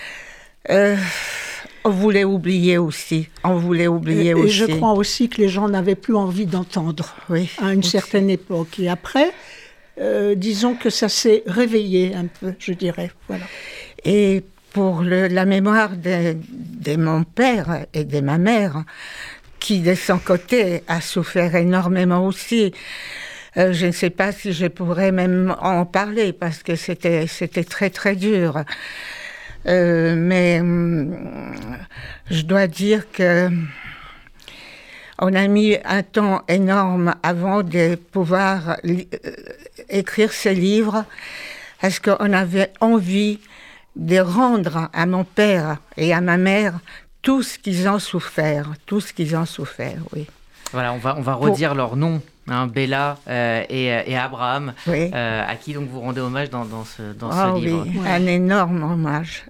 on voulait oublier aussi. Et je crois aussi que les gens n'avaient plus envie d'entendre à une certaine époque. Et après, disons que ça s'est réveillé un peu, je dirais. Voilà. Et pour la mémoire de mon père et de ma mère, qui de son côté a souffert énormément aussi. Je ne sais pas si je pourrais même en parler parce que c'était très très dur. Mais je dois dire que on a mis un temps énorme avant de pouvoir écrire ce livre parce qu'on avait envie de rendre à mon père et à ma mère tout ce qu'ils ont souffert, oui. Voilà, on va redire leurs noms, Béla et Abraham, à qui donc vous rendez hommage dans ce livre. Oui, un énorme hommage.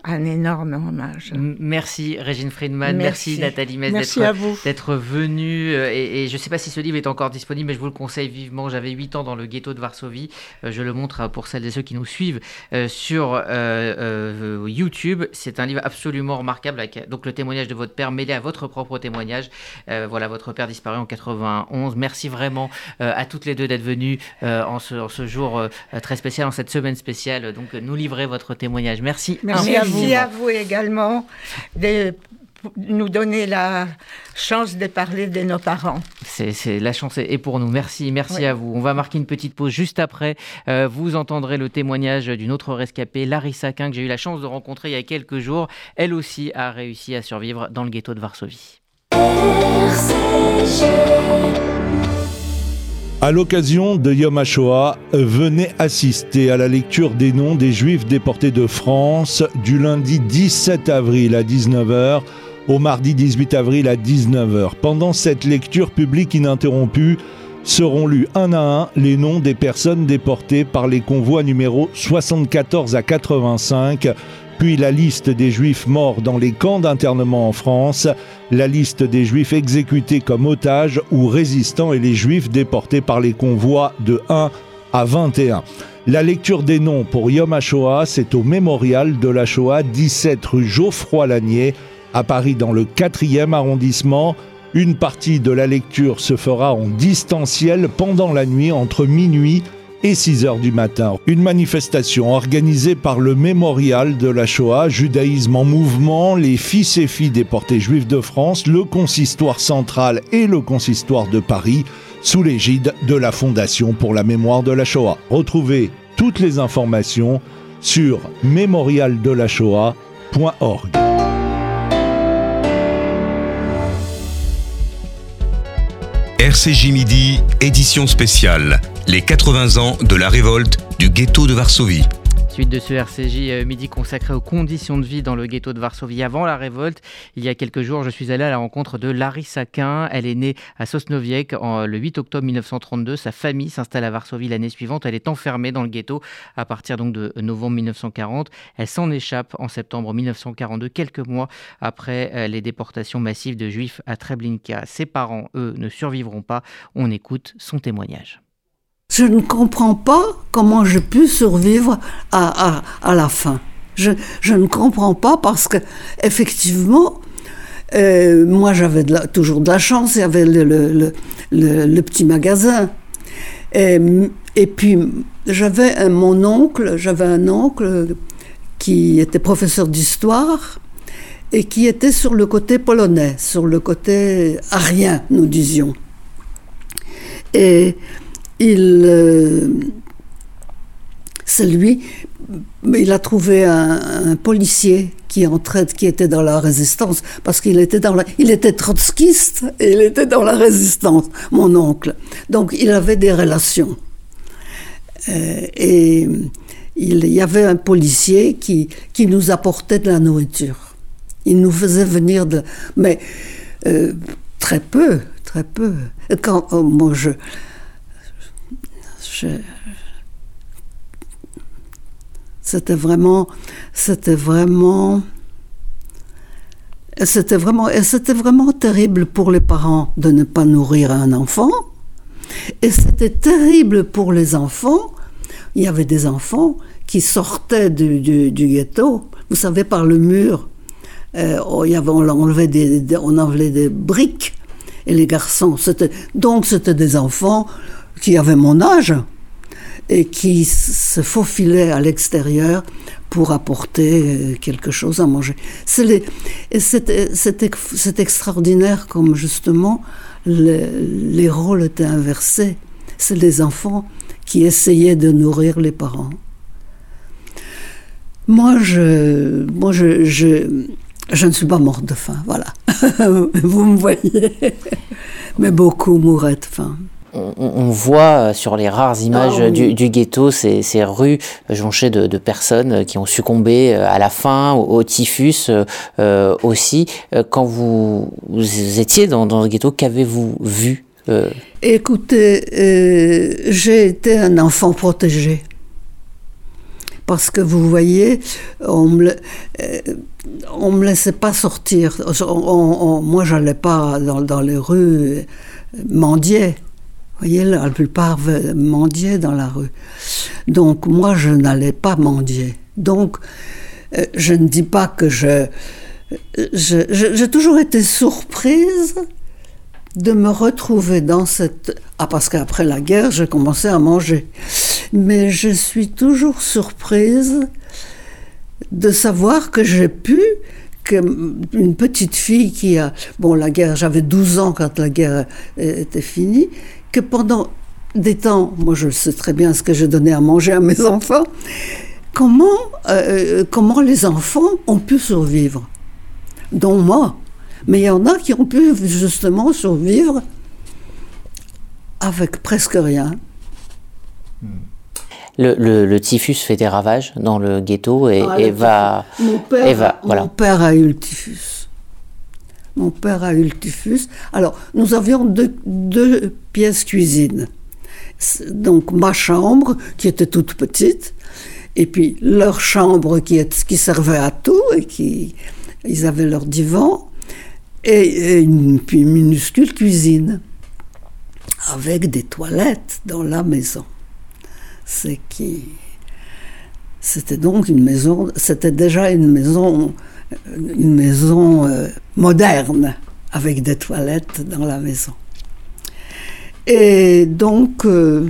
Merci Régine Friedman, merci Nathalie Metz d'être venue. Et je ne sais pas si ce livre est encore disponible, mais je vous le conseille vivement. J'avais 8 ans dans le ghetto de Varsovie. Je le montre pour celles et ceux qui nous suivent sur YouTube. C'est un livre absolument remarquable, avec donc le témoignage de votre père mêlé à votre propre témoignage. Voilà, votre père disparu en 91. Merci vraiment à toutes les deux d'être venues en ce jour très spécial, en cette semaine spéciale, donc nous livrer votre témoignage. Merci à vous également de nous donner la chance de parler de nos parents. C'est la chance est pour nous. Merci à vous. On va marquer une petite pause juste après. Vous entendrez le témoignage d'une autre rescapée, Larissa Quin, que j'ai eu la chance de rencontrer il y a quelques jours. Elle aussi a réussi à survivre dans le ghetto de Varsovie. À l'occasion de Yom HaShoah, venez assister à la lecture des noms des Juifs déportés de France du lundi 17 avril à 19h au mardi 18 avril à 19h. Pendant cette lecture publique ininterrompue, seront lus un à un les noms des personnes déportées par les convois numéros 74 à 85, puis la liste des Juifs morts dans les camps d'internement en France, la liste des Juifs exécutés comme otages ou résistants et les Juifs déportés par les convois de 1 à 21. La lecture des noms pour Yom HaShoah, c'est au mémorial de la Shoah, 17 rue Geoffroy-Lanier, à Paris dans le 4e arrondissement. Une partie de la lecture se fera en distanciel pendant la nuit entre minuit et 6h du matin. Une manifestation organisée par le Mémorial de la Shoah, Judaïsme en mouvement, les fils et filles déportés juifs de France, le consistoire central et le consistoire de Paris, sous l'égide de la Fondation pour la mémoire de la Shoah. Retrouvez toutes les informations sur mémorialdelashoah.org. RCJ Midi, édition spéciale, les 80 ans de la révolte du ghetto de Varsovie. Suite de ce RCJ Midi consacré aux conditions de vie dans le ghetto de Varsovie avant la révolte. Il y a quelques jours, je suis allé à la rencontre de Larissa Quin. Elle est née à Sosnowiec le 8 octobre 1932. Sa famille s'installe à Varsovie l'année suivante. Elle est enfermée dans le ghetto à partir donc de novembre 1940. Elle s'en échappe en septembre 1942, quelques mois après les déportations massives de Juifs à Treblinka. Ses parents, eux, ne survivront pas. On écoute son témoignage. je ne comprends pas comment j'ai pu survivre à la fin. Je ne comprends pas parce que, effectivement, moi j'avais toujours de la chance, il y avait le petit magasin. Et puis j'avais un oncle qui était professeur d'histoire et qui était sur le côté polonais, sur le côté arien, nous disions. Et c'est lui, il a trouvé un policier qui était dans la résistance, parce qu'il était trotskiste et il était dans la résistance, mon oncle. Donc il avait des relations. Et il y avait un policier qui nous apportait de la nourriture. Il nous faisait venir mais très peu. Quand moi c'était vraiment terrible pour les parents de ne pas nourrir un enfant, et c'était terrible pour les enfants. Il y avait des enfants qui sortaient du ghetto, vous savez, par le mur. On enlevait des briques, et les garçons, c'était des enfants qui avaient mon âge et qui se faufilaient à l'extérieur pour apporter quelque chose à manger. C'est extraordinaire comme justement les rôles étaient inversés. C'est les enfants qui essayaient de nourrir les parents. Moi, je ne suis pas morte de faim, voilà. Vous me voyez. Mais beaucoup mouraient de faim. On voit sur les rares images du ghetto ces rues jonchées de personnes qui ont succombé à la faim, au typhus aussi. Quand vous étiez dans le ghetto, qu'avez-vous vu Écoutez, j'ai été un enfant protégé. Parce que vous voyez, on me laissait pas sortir. Moi, j'allais pas dans les rues mendier. Vous voyez, la plupart mendiaient dans la rue. Donc, moi, je n'allais pas mendier. Donc, je ne dis pas que j'ai toujours été surprise de me retrouver dans cette... parce qu'après la guerre, j'ai commencé à manger. Mais je suis toujours surprise de savoir que une petite fille qui a... la guerre, j'avais 12 ans quand la guerre était finie, que pendant des temps, moi je sais très bien ce que j'ai donné à manger à mes enfants, comment les enfants ont pu survivre, dont moi. Mais il y en a qui ont pu justement survivre avec presque rien. Le typhus fait des ravages dans le ghetto Mon père a eu le typhus. Mon père a eu le typhus. Alors, nous avions deux pièces cuisine. Donc, ma chambre, qui était toute petite, et puis leur chambre qui servait à tout, et ils avaient leur divan, et une minuscule cuisine, avec des toilettes dans la maison. C'était donc une maison, c'était déjà une maison moderne, avec des toilettes dans la maison. Et donc,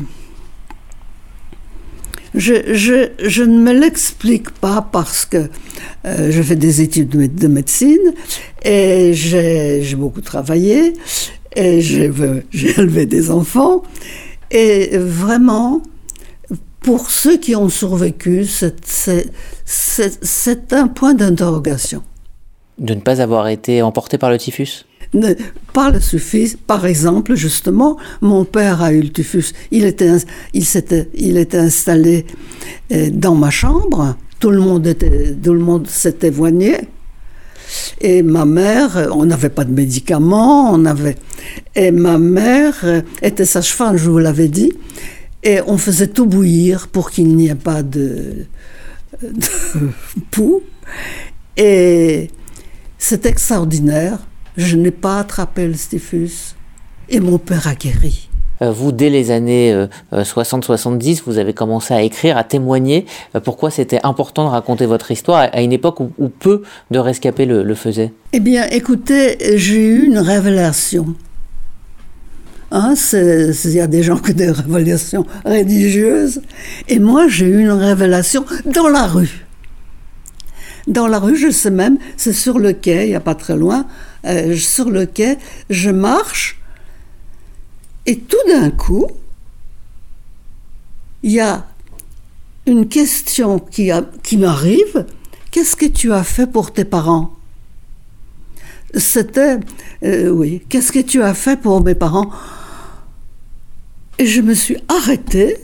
je ne me l'explique pas parce que je fais des études de médecine et j'ai beaucoup travaillé et j'ai élevé des enfants. Et vraiment, pour ceux qui ont survécu, c'est un point d'interrogation. De ne pas avoir été emporté par le typhus ? Par le typhus, par exemple, justement, mon père a eu le typhus. Il était installé dans ma chambre. Tout le monde s'était éloigné. Et ma mère, on n'avait pas de médicaments, et ma mère était sage-femme, je vous l'avais dit, et on faisait tout bouillir pour qu'il n'y ait pas de poux. Et c'est extraordinaire. Je n'ai pas attrapé le typhus et mon père a guéri. Vous, dès les années 60-70, vous avez commencé à écrire, à témoigner. Pourquoi c'était important de raconter votre histoire à une époque où peu de rescapés le faisaient? Eh bien, écoutez, j'ai eu une révélation. Il y a des gens qui ont des révélations religieuses. Et moi, j'ai eu une révélation dans la rue. Dans la rue, je sais même, c'est sur le quai, il n'y a pas très loin, sur le quai, je marche, et tout d'un coup, il y a une question qui m'arrive. Qu'est-ce que tu as fait pour tes parents? C'était, oui, qu'est-ce que tu as fait pour mes parents? Et je me suis arrêtée,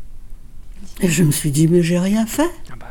et je me suis dit, mais j'ai rien fait.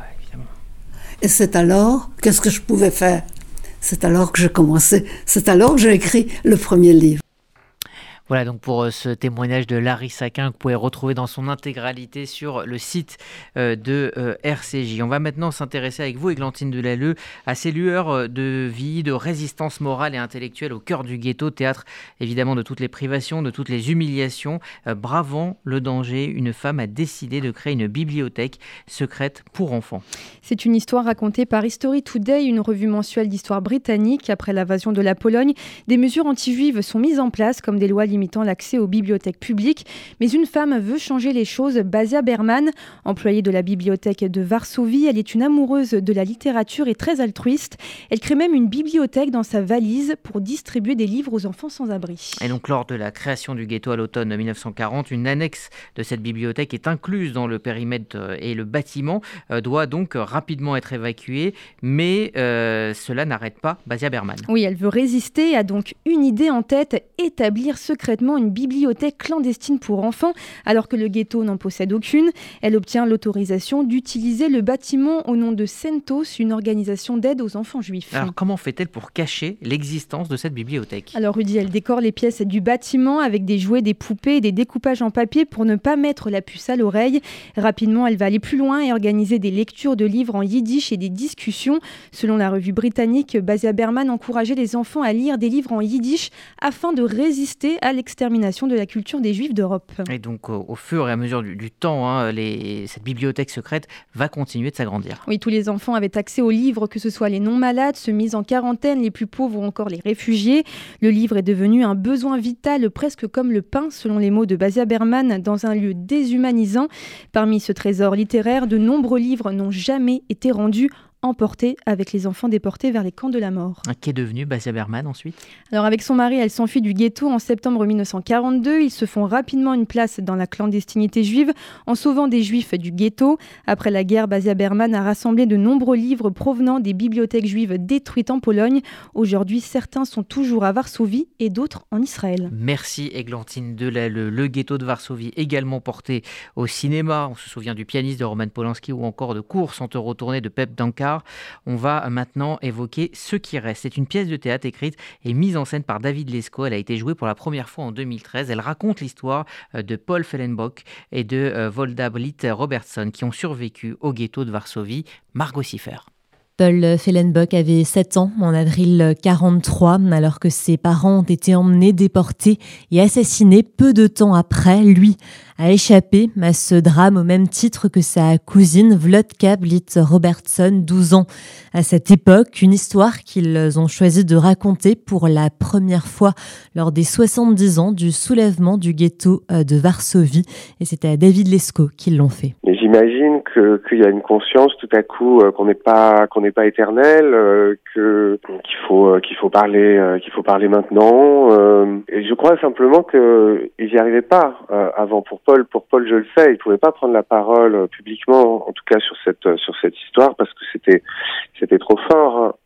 Et c'est alors, qu'est-ce que je pouvais faire? C'est alors que j'ai commencé, c'est alors que j'ai écrit le premier livre. Voilà donc pour ce témoignage de Larry Saquin que vous pouvez retrouver dans son intégralité sur le site de RCJ. On va maintenant s'intéresser avec vous, Églantine Delalleux, à ces lueurs de vie, de résistance morale et intellectuelle au cœur du ghetto, théâtre évidemment de toutes les privations, de toutes les humiliations. Bravant le danger, une femme a décidé de créer une bibliothèque secrète pour enfants. C'est une histoire racontée par History Today, une revue mensuelle d'histoire britannique. Après l'invasion de la Pologne, des mesures anti-juives sont mises en place comme des lois limitant l'accès aux bibliothèques publiques. Mais une femme veut changer les choses. Basia Berman, employée de la bibliothèque de Varsovie, elle est une amoureuse de la littérature et très altruiste. Elle crée même une bibliothèque dans sa valise pour distribuer des livres aux enfants sans abri. Et donc lors de la création du ghetto à l'automne 1940, une annexe de cette bibliothèque est incluse dans le périmètre et le bâtiment doit donc rapidement être évacué. Mais cela n'arrête pas Basia Berman. Oui, elle veut résister et a donc une idée en tête, établir secrètement une bibliothèque clandestine pour enfants, alors que le ghetto n'en possède aucune. Elle obtient l'autorisation d'utiliser le bâtiment au nom de Centos, une organisation d'aide aux enfants juifs. Alors comment fait-elle pour cacher l'existence de cette bibliothèque? Alors Rudy, elle décore les pièces du bâtiment avec des jouets, des poupées et des découpages en papier pour ne pas mettre la puce à l'oreille. Rapidement, elle va aller plus loin et organiser des lectures de livres en yiddish et des discussions. Selon la revue britannique, Basia Berman encourageait les enfants à lire des livres en yiddish afin de résister à l'extermination de la culture des Juifs d'Europe. Et donc au fur et à mesure du temps, cette bibliothèque secrète va continuer de s'agrandir. Oui, tous les enfants avaient accès aux livres, que ce soit les non-malades, ceux mis en quarantaine, les plus pauvres ou encore les réfugiés. Le livre est devenu un besoin vital, presque comme le pain, selon les mots de Basia Berman, dans un lieu déshumanisant. Parmi ce trésor littéraire, de nombreux livres n'ont jamais été rendus, emportée avec les enfants déportés vers les camps de la mort. Qu'est devenue Basia Berman ensuite? Alors avec son mari, elle s'enfuit du ghetto en septembre 1942. Ils se font rapidement une place dans la clandestinité juive en sauvant des juifs du ghetto. Après la guerre, Basia Berman a rassemblé de nombreux livres provenant des bibliothèques juives détruites en Pologne. Aujourd'hui, certains sont toujours à Varsovie et d'autres en Israël. Merci Églantine Delalleux. Le ghetto de Varsovie également porté au cinéma. On se souvient du pianiste de Roman Polanski ou encore de Cours sans te retourner de Pep Dankar. On va maintenant évoquer Ce qui reste. C'est une pièce de théâtre écrite et mise en scène par David Lesko. Elle a été jouée pour la première fois en 2013. Elle raconte l'histoire de Paul Fellenbock et de Volda Britt Robertson qui ont survécu au ghetto de Varsovie. Margot Siffer. Paul Fellenbock avait 7 ans en avril 1943, alors que ses parents ont été emmenés, déportés et assassinés peu de temps après. Lui a échappé à ce drame au même titre que sa cousine Volda Britt Robertson, 12 ans. À cette époque, une histoire qu'ils ont choisi de raconter pour la première fois lors des 70 ans du soulèvement du ghetto de Varsovie. Et c'était à David Lesko qu'ils l'ont fait. Mais j'imagine qu'il y a une conscience tout à coup qu'on n'est pas éternel, qu'il faut parler maintenant. Et je crois simplement qu'ils n'y arrivaient pas avant. Pour Paul, je le sais, il pouvait pas prendre la parole publiquement, en tout cas sur cette histoire, parce que c'était trop fort.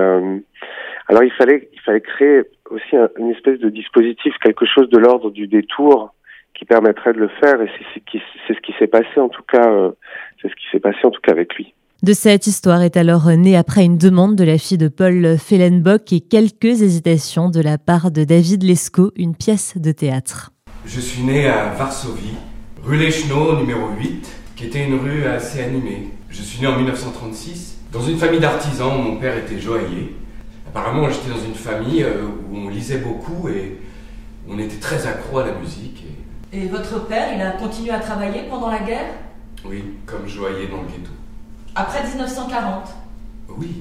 Alors il fallait créer aussi une espèce de dispositif, quelque chose de l'ordre du détour qui permettrait de le faire, et c'est ce qui s'est passé en tout cas. C'est ce qui s'est passé en tout cas avec lui. De cette histoire est alors née après une demande de la fille de Paul Fellenbock et quelques hésitations de la part de David Lesko, une pièce de théâtre. Je suis né à Varsovie, rue Lechno, numéro 8, qui était une rue assez animée. Je suis né en 1936, dans une famille d'artisans. Mon père était joaillier. Apparemment, j'étais dans une famille où on lisait beaucoup et on était très accro à la musique. Et votre père, il a continué à travailler pendant la guerre? Oui, comme joaillier dans le ghetto. Après 1940? Oui.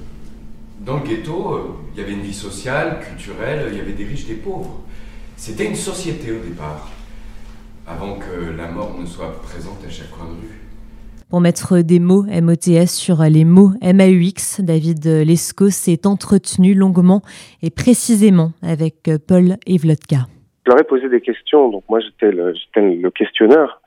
Dans le ghetto, il y avait une vie sociale, culturelle, il y avait des riches, des pauvres. C'était une société au départ, avant que la mort ne soit présente à chaque coin de rue. Pour mettre des mots MOTS sur les mots MAUX, David Lescaut s'est entretenu longuement et précisément avec Paul Evlotka. Je leur ai posé des questions, donc moi j'étais le questionneur,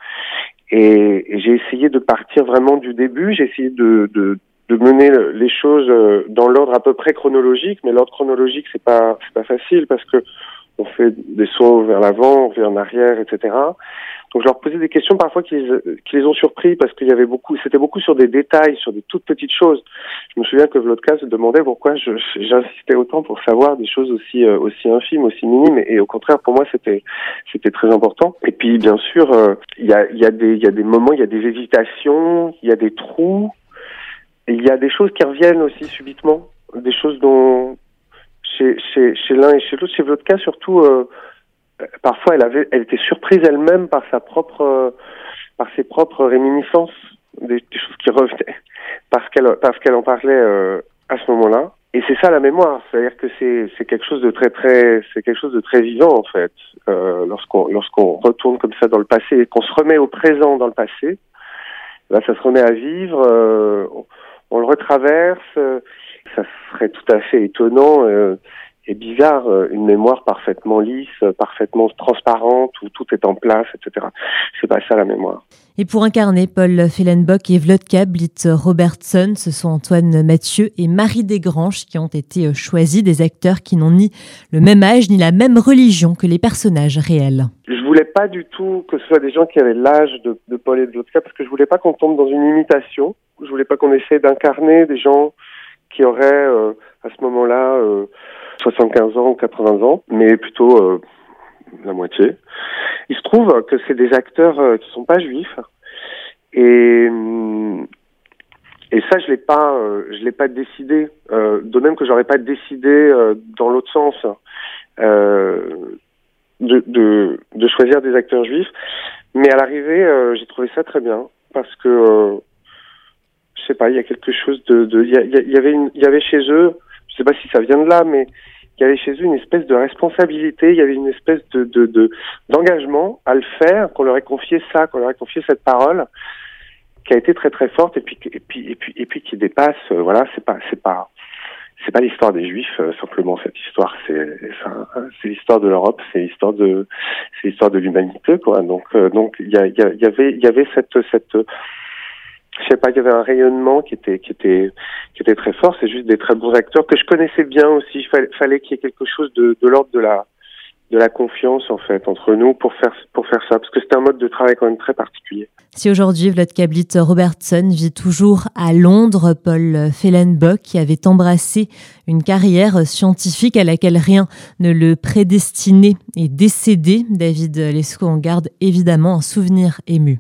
et j'ai essayé de partir vraiment du début, j'ai essayé de mener les choses dans l'ordre à peu près chronologique, mais l'ordre chronologique c'est pas facile parce que on fait des sauts vers l'avant, on revient en arrière, etc. Donc je leur posais des questions parfois qui les ont surpris parce qu'il y avait c'était beaucoup sur des détails, sur des toutes petites choses. Je me souviens que Vlodka se demandait pourquoi j'insistais autant pour savoir des choses aussi infimes, aussi minimes, et au contraire pour moi c'était très important. Et puis bien sûr il y a des moments, il y a des hésitations, il y a des trous, et il y a des choses qui reviennent aussi subitement, des choses dont chez l'un et chez l'autre, chez Vlodka surtout. Parfois, elle était surprise elle-même par ses propres réminiscences, des choses qui revenaient, parce qu'elle en parlait à ce moment-là. Et c'est ça la mémoire, c'est-à-dire que c'est quelque chose de très vivant en fait. Lorsqu'on retourne comme ça dans le passé et qu'on se remet au présent dans le passé, là, ça se remet à vivre. On le retraverse. Ça serait tout à fait étonnant. Et bizarre, une mémoire parfaitement lisse, parfaitement transparente, où tout est en place, etc. C'est pas ça la mémoire. Et pour incarner Paul Fehlenbock et Vlodka Blitt-Robertson, ce sont Antoine Mathieu et Marie Desgranges qui ont été choisis, des acteurs qui n'ont ni le même âge ni la même religion que les personnages réels. Je voulais pas du tout que ce soit des gens qui avaient l'âge de Paul et de Vlodka, parce que je voulais pas qu'on tombe dans une imitation. Je voulais pas qu'on essaie d'incarner des gens qui auraient à ce moment-là 75 ans ou 80 ans, mais plutôt la moitié. Il se trouve que c'est des acteurs qui sont pas juifs, et ça je l'ai pas décidé, de même que j'aurais pas décidé dans l'autre sens de choisir des acteurs juifs, mais à l'arrivée j'ai trouvé ça très bien parce que je sais pas, il y a quelque chose il y avait chez eux, je sais pas si ça vient de là, mais il y avait chez eux une espèce de responsabilité, il y avait une espèce d'engagement à le faire, qu'on leur ait confié cette parole, qui a été très très forte, et puis qui dépasse, voilà, c'est pas l'histoire des Juifs simplement, cette histoire, c'est l'histoire de l'Europe, c'est l'histoire de l'humanité, quoi. Donc il y avait cette je sais pas, il y avait un rayonnement qui était très fort. C'est juste des très bons acteurs que je connaissais bien aussi. Il fallait qu'il y ait quelque chose de l'ordre de la confiance en fait entre nous pour faire ça, parce que c'était un mode de travail quand même très particulier. Si aujourd'hui Vlodka Blitt-Robertson vit toujours à Londres, Paul Fehlenbock, qui avait embrassé une carrière scientifique à laquelle rien ne le prédestinait, est décédé. David Lescaut en garde évidemment un souvenir ému.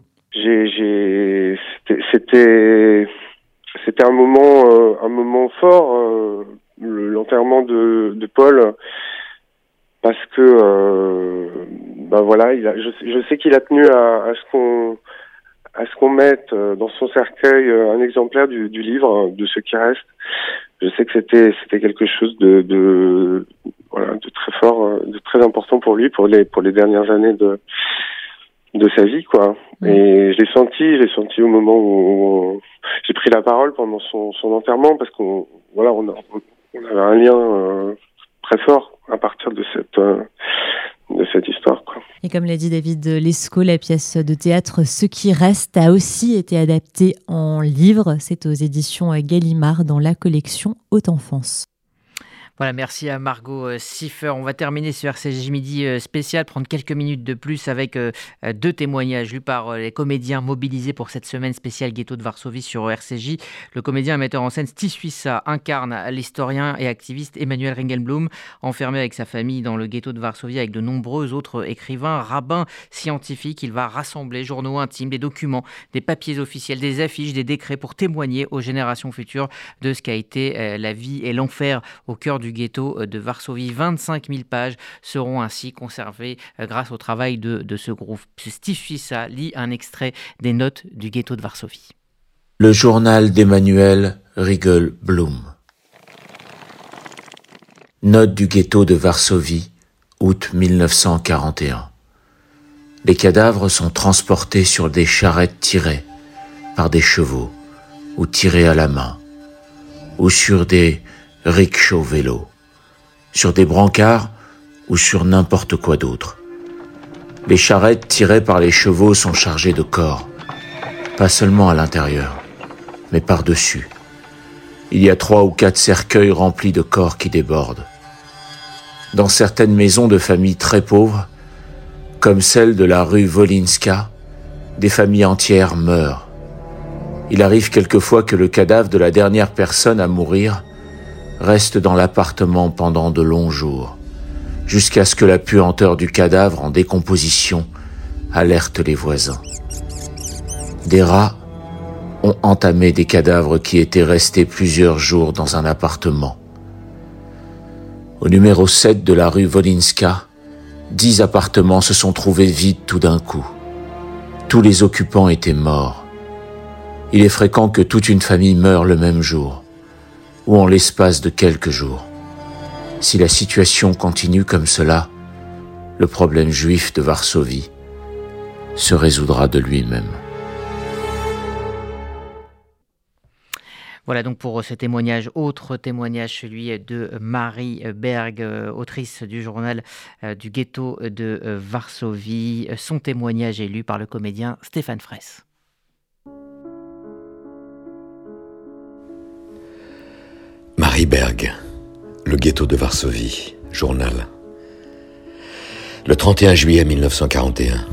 C'était un moment fort, l'enterrement de Paul, parce que voilà, je sais qu'il a tenu à ce qu'on mette dans son cercueil un exemplaire du livre, de ce qui reste. Je sais que c'était quelque chose de très fort, de très important pour lui, pour les dernières années de sa vie, quoi. Et je l'ai senti au moment où j'ai pris la parole pendant son enterrement, parce qu'on avait un lien très fort à partir de cette histoire, quoi. Et comme l'a dit David Lescaut, la pièce de théâtre Ce qui reste a aussi été adaptée en livre. C'est aux éditions Gallimard dans la collection Haute Enfance. Voilà, merci à Margot Siffer. On va terminer ce RCJ Midi spécial, prendre quelques minutes de plus avec deux témoignages lus par les comédiens mobilisés pour cette semaine spéciale Ghetto de Varsovie sur RCJ. Le comédien et metteur en scène Sti Suissa incarne l'historien et activiste Emmanuel Ringelblum, enfermé avec sa famille dans le ghetto de Varsovie avec de nombreux autres écrivains, rabbins, scientifiques. Il va rassembler journaux intimes, des documents, des papiers officiels, des affiches, des décrets pour témoigner aux générations futures de ce qu'a été la vie et l'enfer au cœur du du ghetto de Varsovie. 25 000 pages seront ainsi conservées grâce au travail de ce groupe. Steve Suissa lit un extrait des notes du ghetto de Varsovie. Le journal d'Emmanuel Riegel-Blum. Notes du ghetto de Varsovie, août 1941. Les cadavres sont transportés sur des charrettes tirées par des chevaux ou tirées à la main, ou sur des rickshaws-vélos, sur des brancards ou sur n'importe quoi d'autre. Les charrettes tirées par les chevaux sont chargées de corps, pas seulement à l'intérieur, mais par-dessus. Il y a 3 ou 4 cercueils remplis de corps qui débordent. Dans certaines maisons de familles très pauvres, comme celle de la rue Wolinska, des familles entières meurent. Il arrive quelquefois que le cadavre de la dernière personne à mourir reste dans l'appartement pendant de longs jours, jusqu'à ce que la puanteur du cadavre en décomposition alerte les voisins. Des rats ont entamé des cadavres qui étaient restés plusieurs jours dans un appartement. Au numéro 7 de la rue Wolinska, 10 appartements se sont trouvés vides tout d'un coup. Tous les occupants étaient morts. Il est fréquent que toute une famille meure le même jour, ou en l'espace de quelques jours. Si la situation continue comme cela, le problème juif de Varsovie se résoudra de lui-même. Voilà donc pour ce témoignage. Autre témoignage, celui de Marie Berg, autrice du journal du ghetto de Varsovie. Son témoignage est lu par le comédien Stéphane Fraisse. Marie Berg, le ghetto de Varsovie, journal. Le 31 juillet 1941.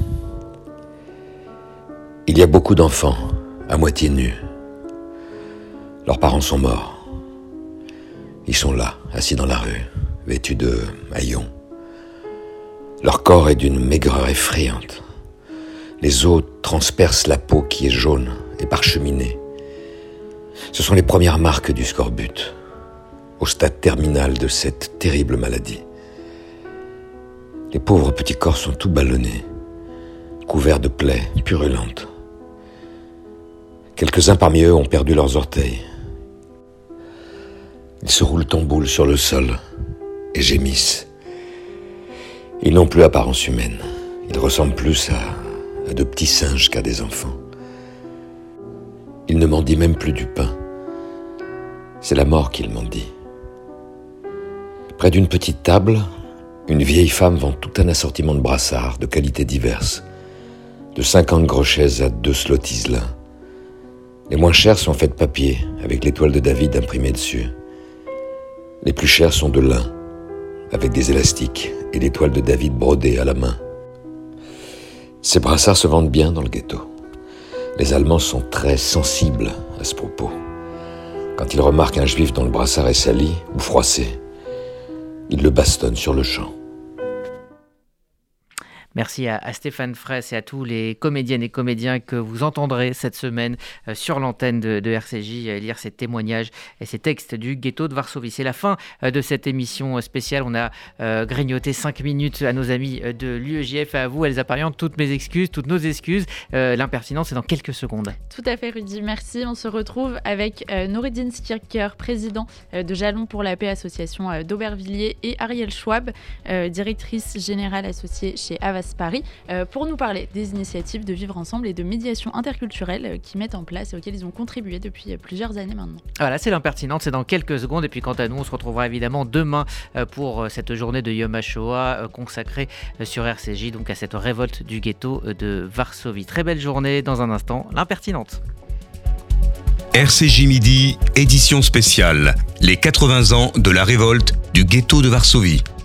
Il y a beaucoup d'enfants, à moitié nus. Leurs parents sont morts. Ils sont là, assis dans la rue, vêtus de haillons. Leur corps est d'une maigreur effrayante. Les os transpercent la peau qui est jaune et parcheminée. Ce sont les premières marques du scorbut, au stade terminal de cette terrible maladie. Les pauvres petits corps sont tout ballonnés, couverts de plaies purulentes. Quelques-uns parmi eux ont perdu leurs orteils. Ils se roulent en boule sur le sol et gémissent. Ils n'ont plus apparence humaine. Ils ressemblent plus à de petits singes qu'à des enfants. Ils ne mendient même plus du pain. C'est la mort qu'ils mendient. Près d'une petite table, une vieille femme vend tout un assortiment de brassards de qualités diverses, de 50 groschets à 2 zlotys. Les moins chers sont faits de papier, avec l'étoile de David imprimée dessus. Les plus chers sont de lin, avec des élastiques et l'étoile de David brodée à la main. Ces brassards se vendent bien dans le ghetto. Les Allemands sont très sensibles à ce propos. Quand ils remarquent un juif dont le brassard est sali ou froissé, ils le bastonnent sur le champ. Merci à Stéphane Fraisse et à tous les comédiennes et comédiens que vous entendrez cette semaine sur l'antenne de RCJ lire ces témoignages et ces textes du ghetto de Varsovie. C'est la fin de cette émission spéciale. On a grignoté 5 minutes à nos amis de l'UEJF. À vous, Elsa Parian, toutes mes excuses, toutes nos excuses. L'impertinence, c'est dans quelques secondes. Tout à fait, Rudy. Merci. On se retrouve avec Noureddin Skirker, président de Jalons pour la paix, association d'Aubervilliers, et Ariel Schwab, directrice générale associée chez Havas Paris, pour nous parler des initiatives de vivre ensemble et de médiation interculturelle qu'ils mettent en place et auxquelles ils ont contribué depuis plusieurs années maintenant. Voilà, c'est l'impertinente, c'est dans quelques secondes. Et puis quant à nous, on se retrouvera évidemment demain pour cette journée de Yom HaShoah consacrée sur RCJ, donc à cette révolte du ghetto de Varsovie. Très belle journée. Dans un instant, l'impertinente. RCJ Midi, édition spéciale, les 80 ans de la révolte du ghetto de Varsovie.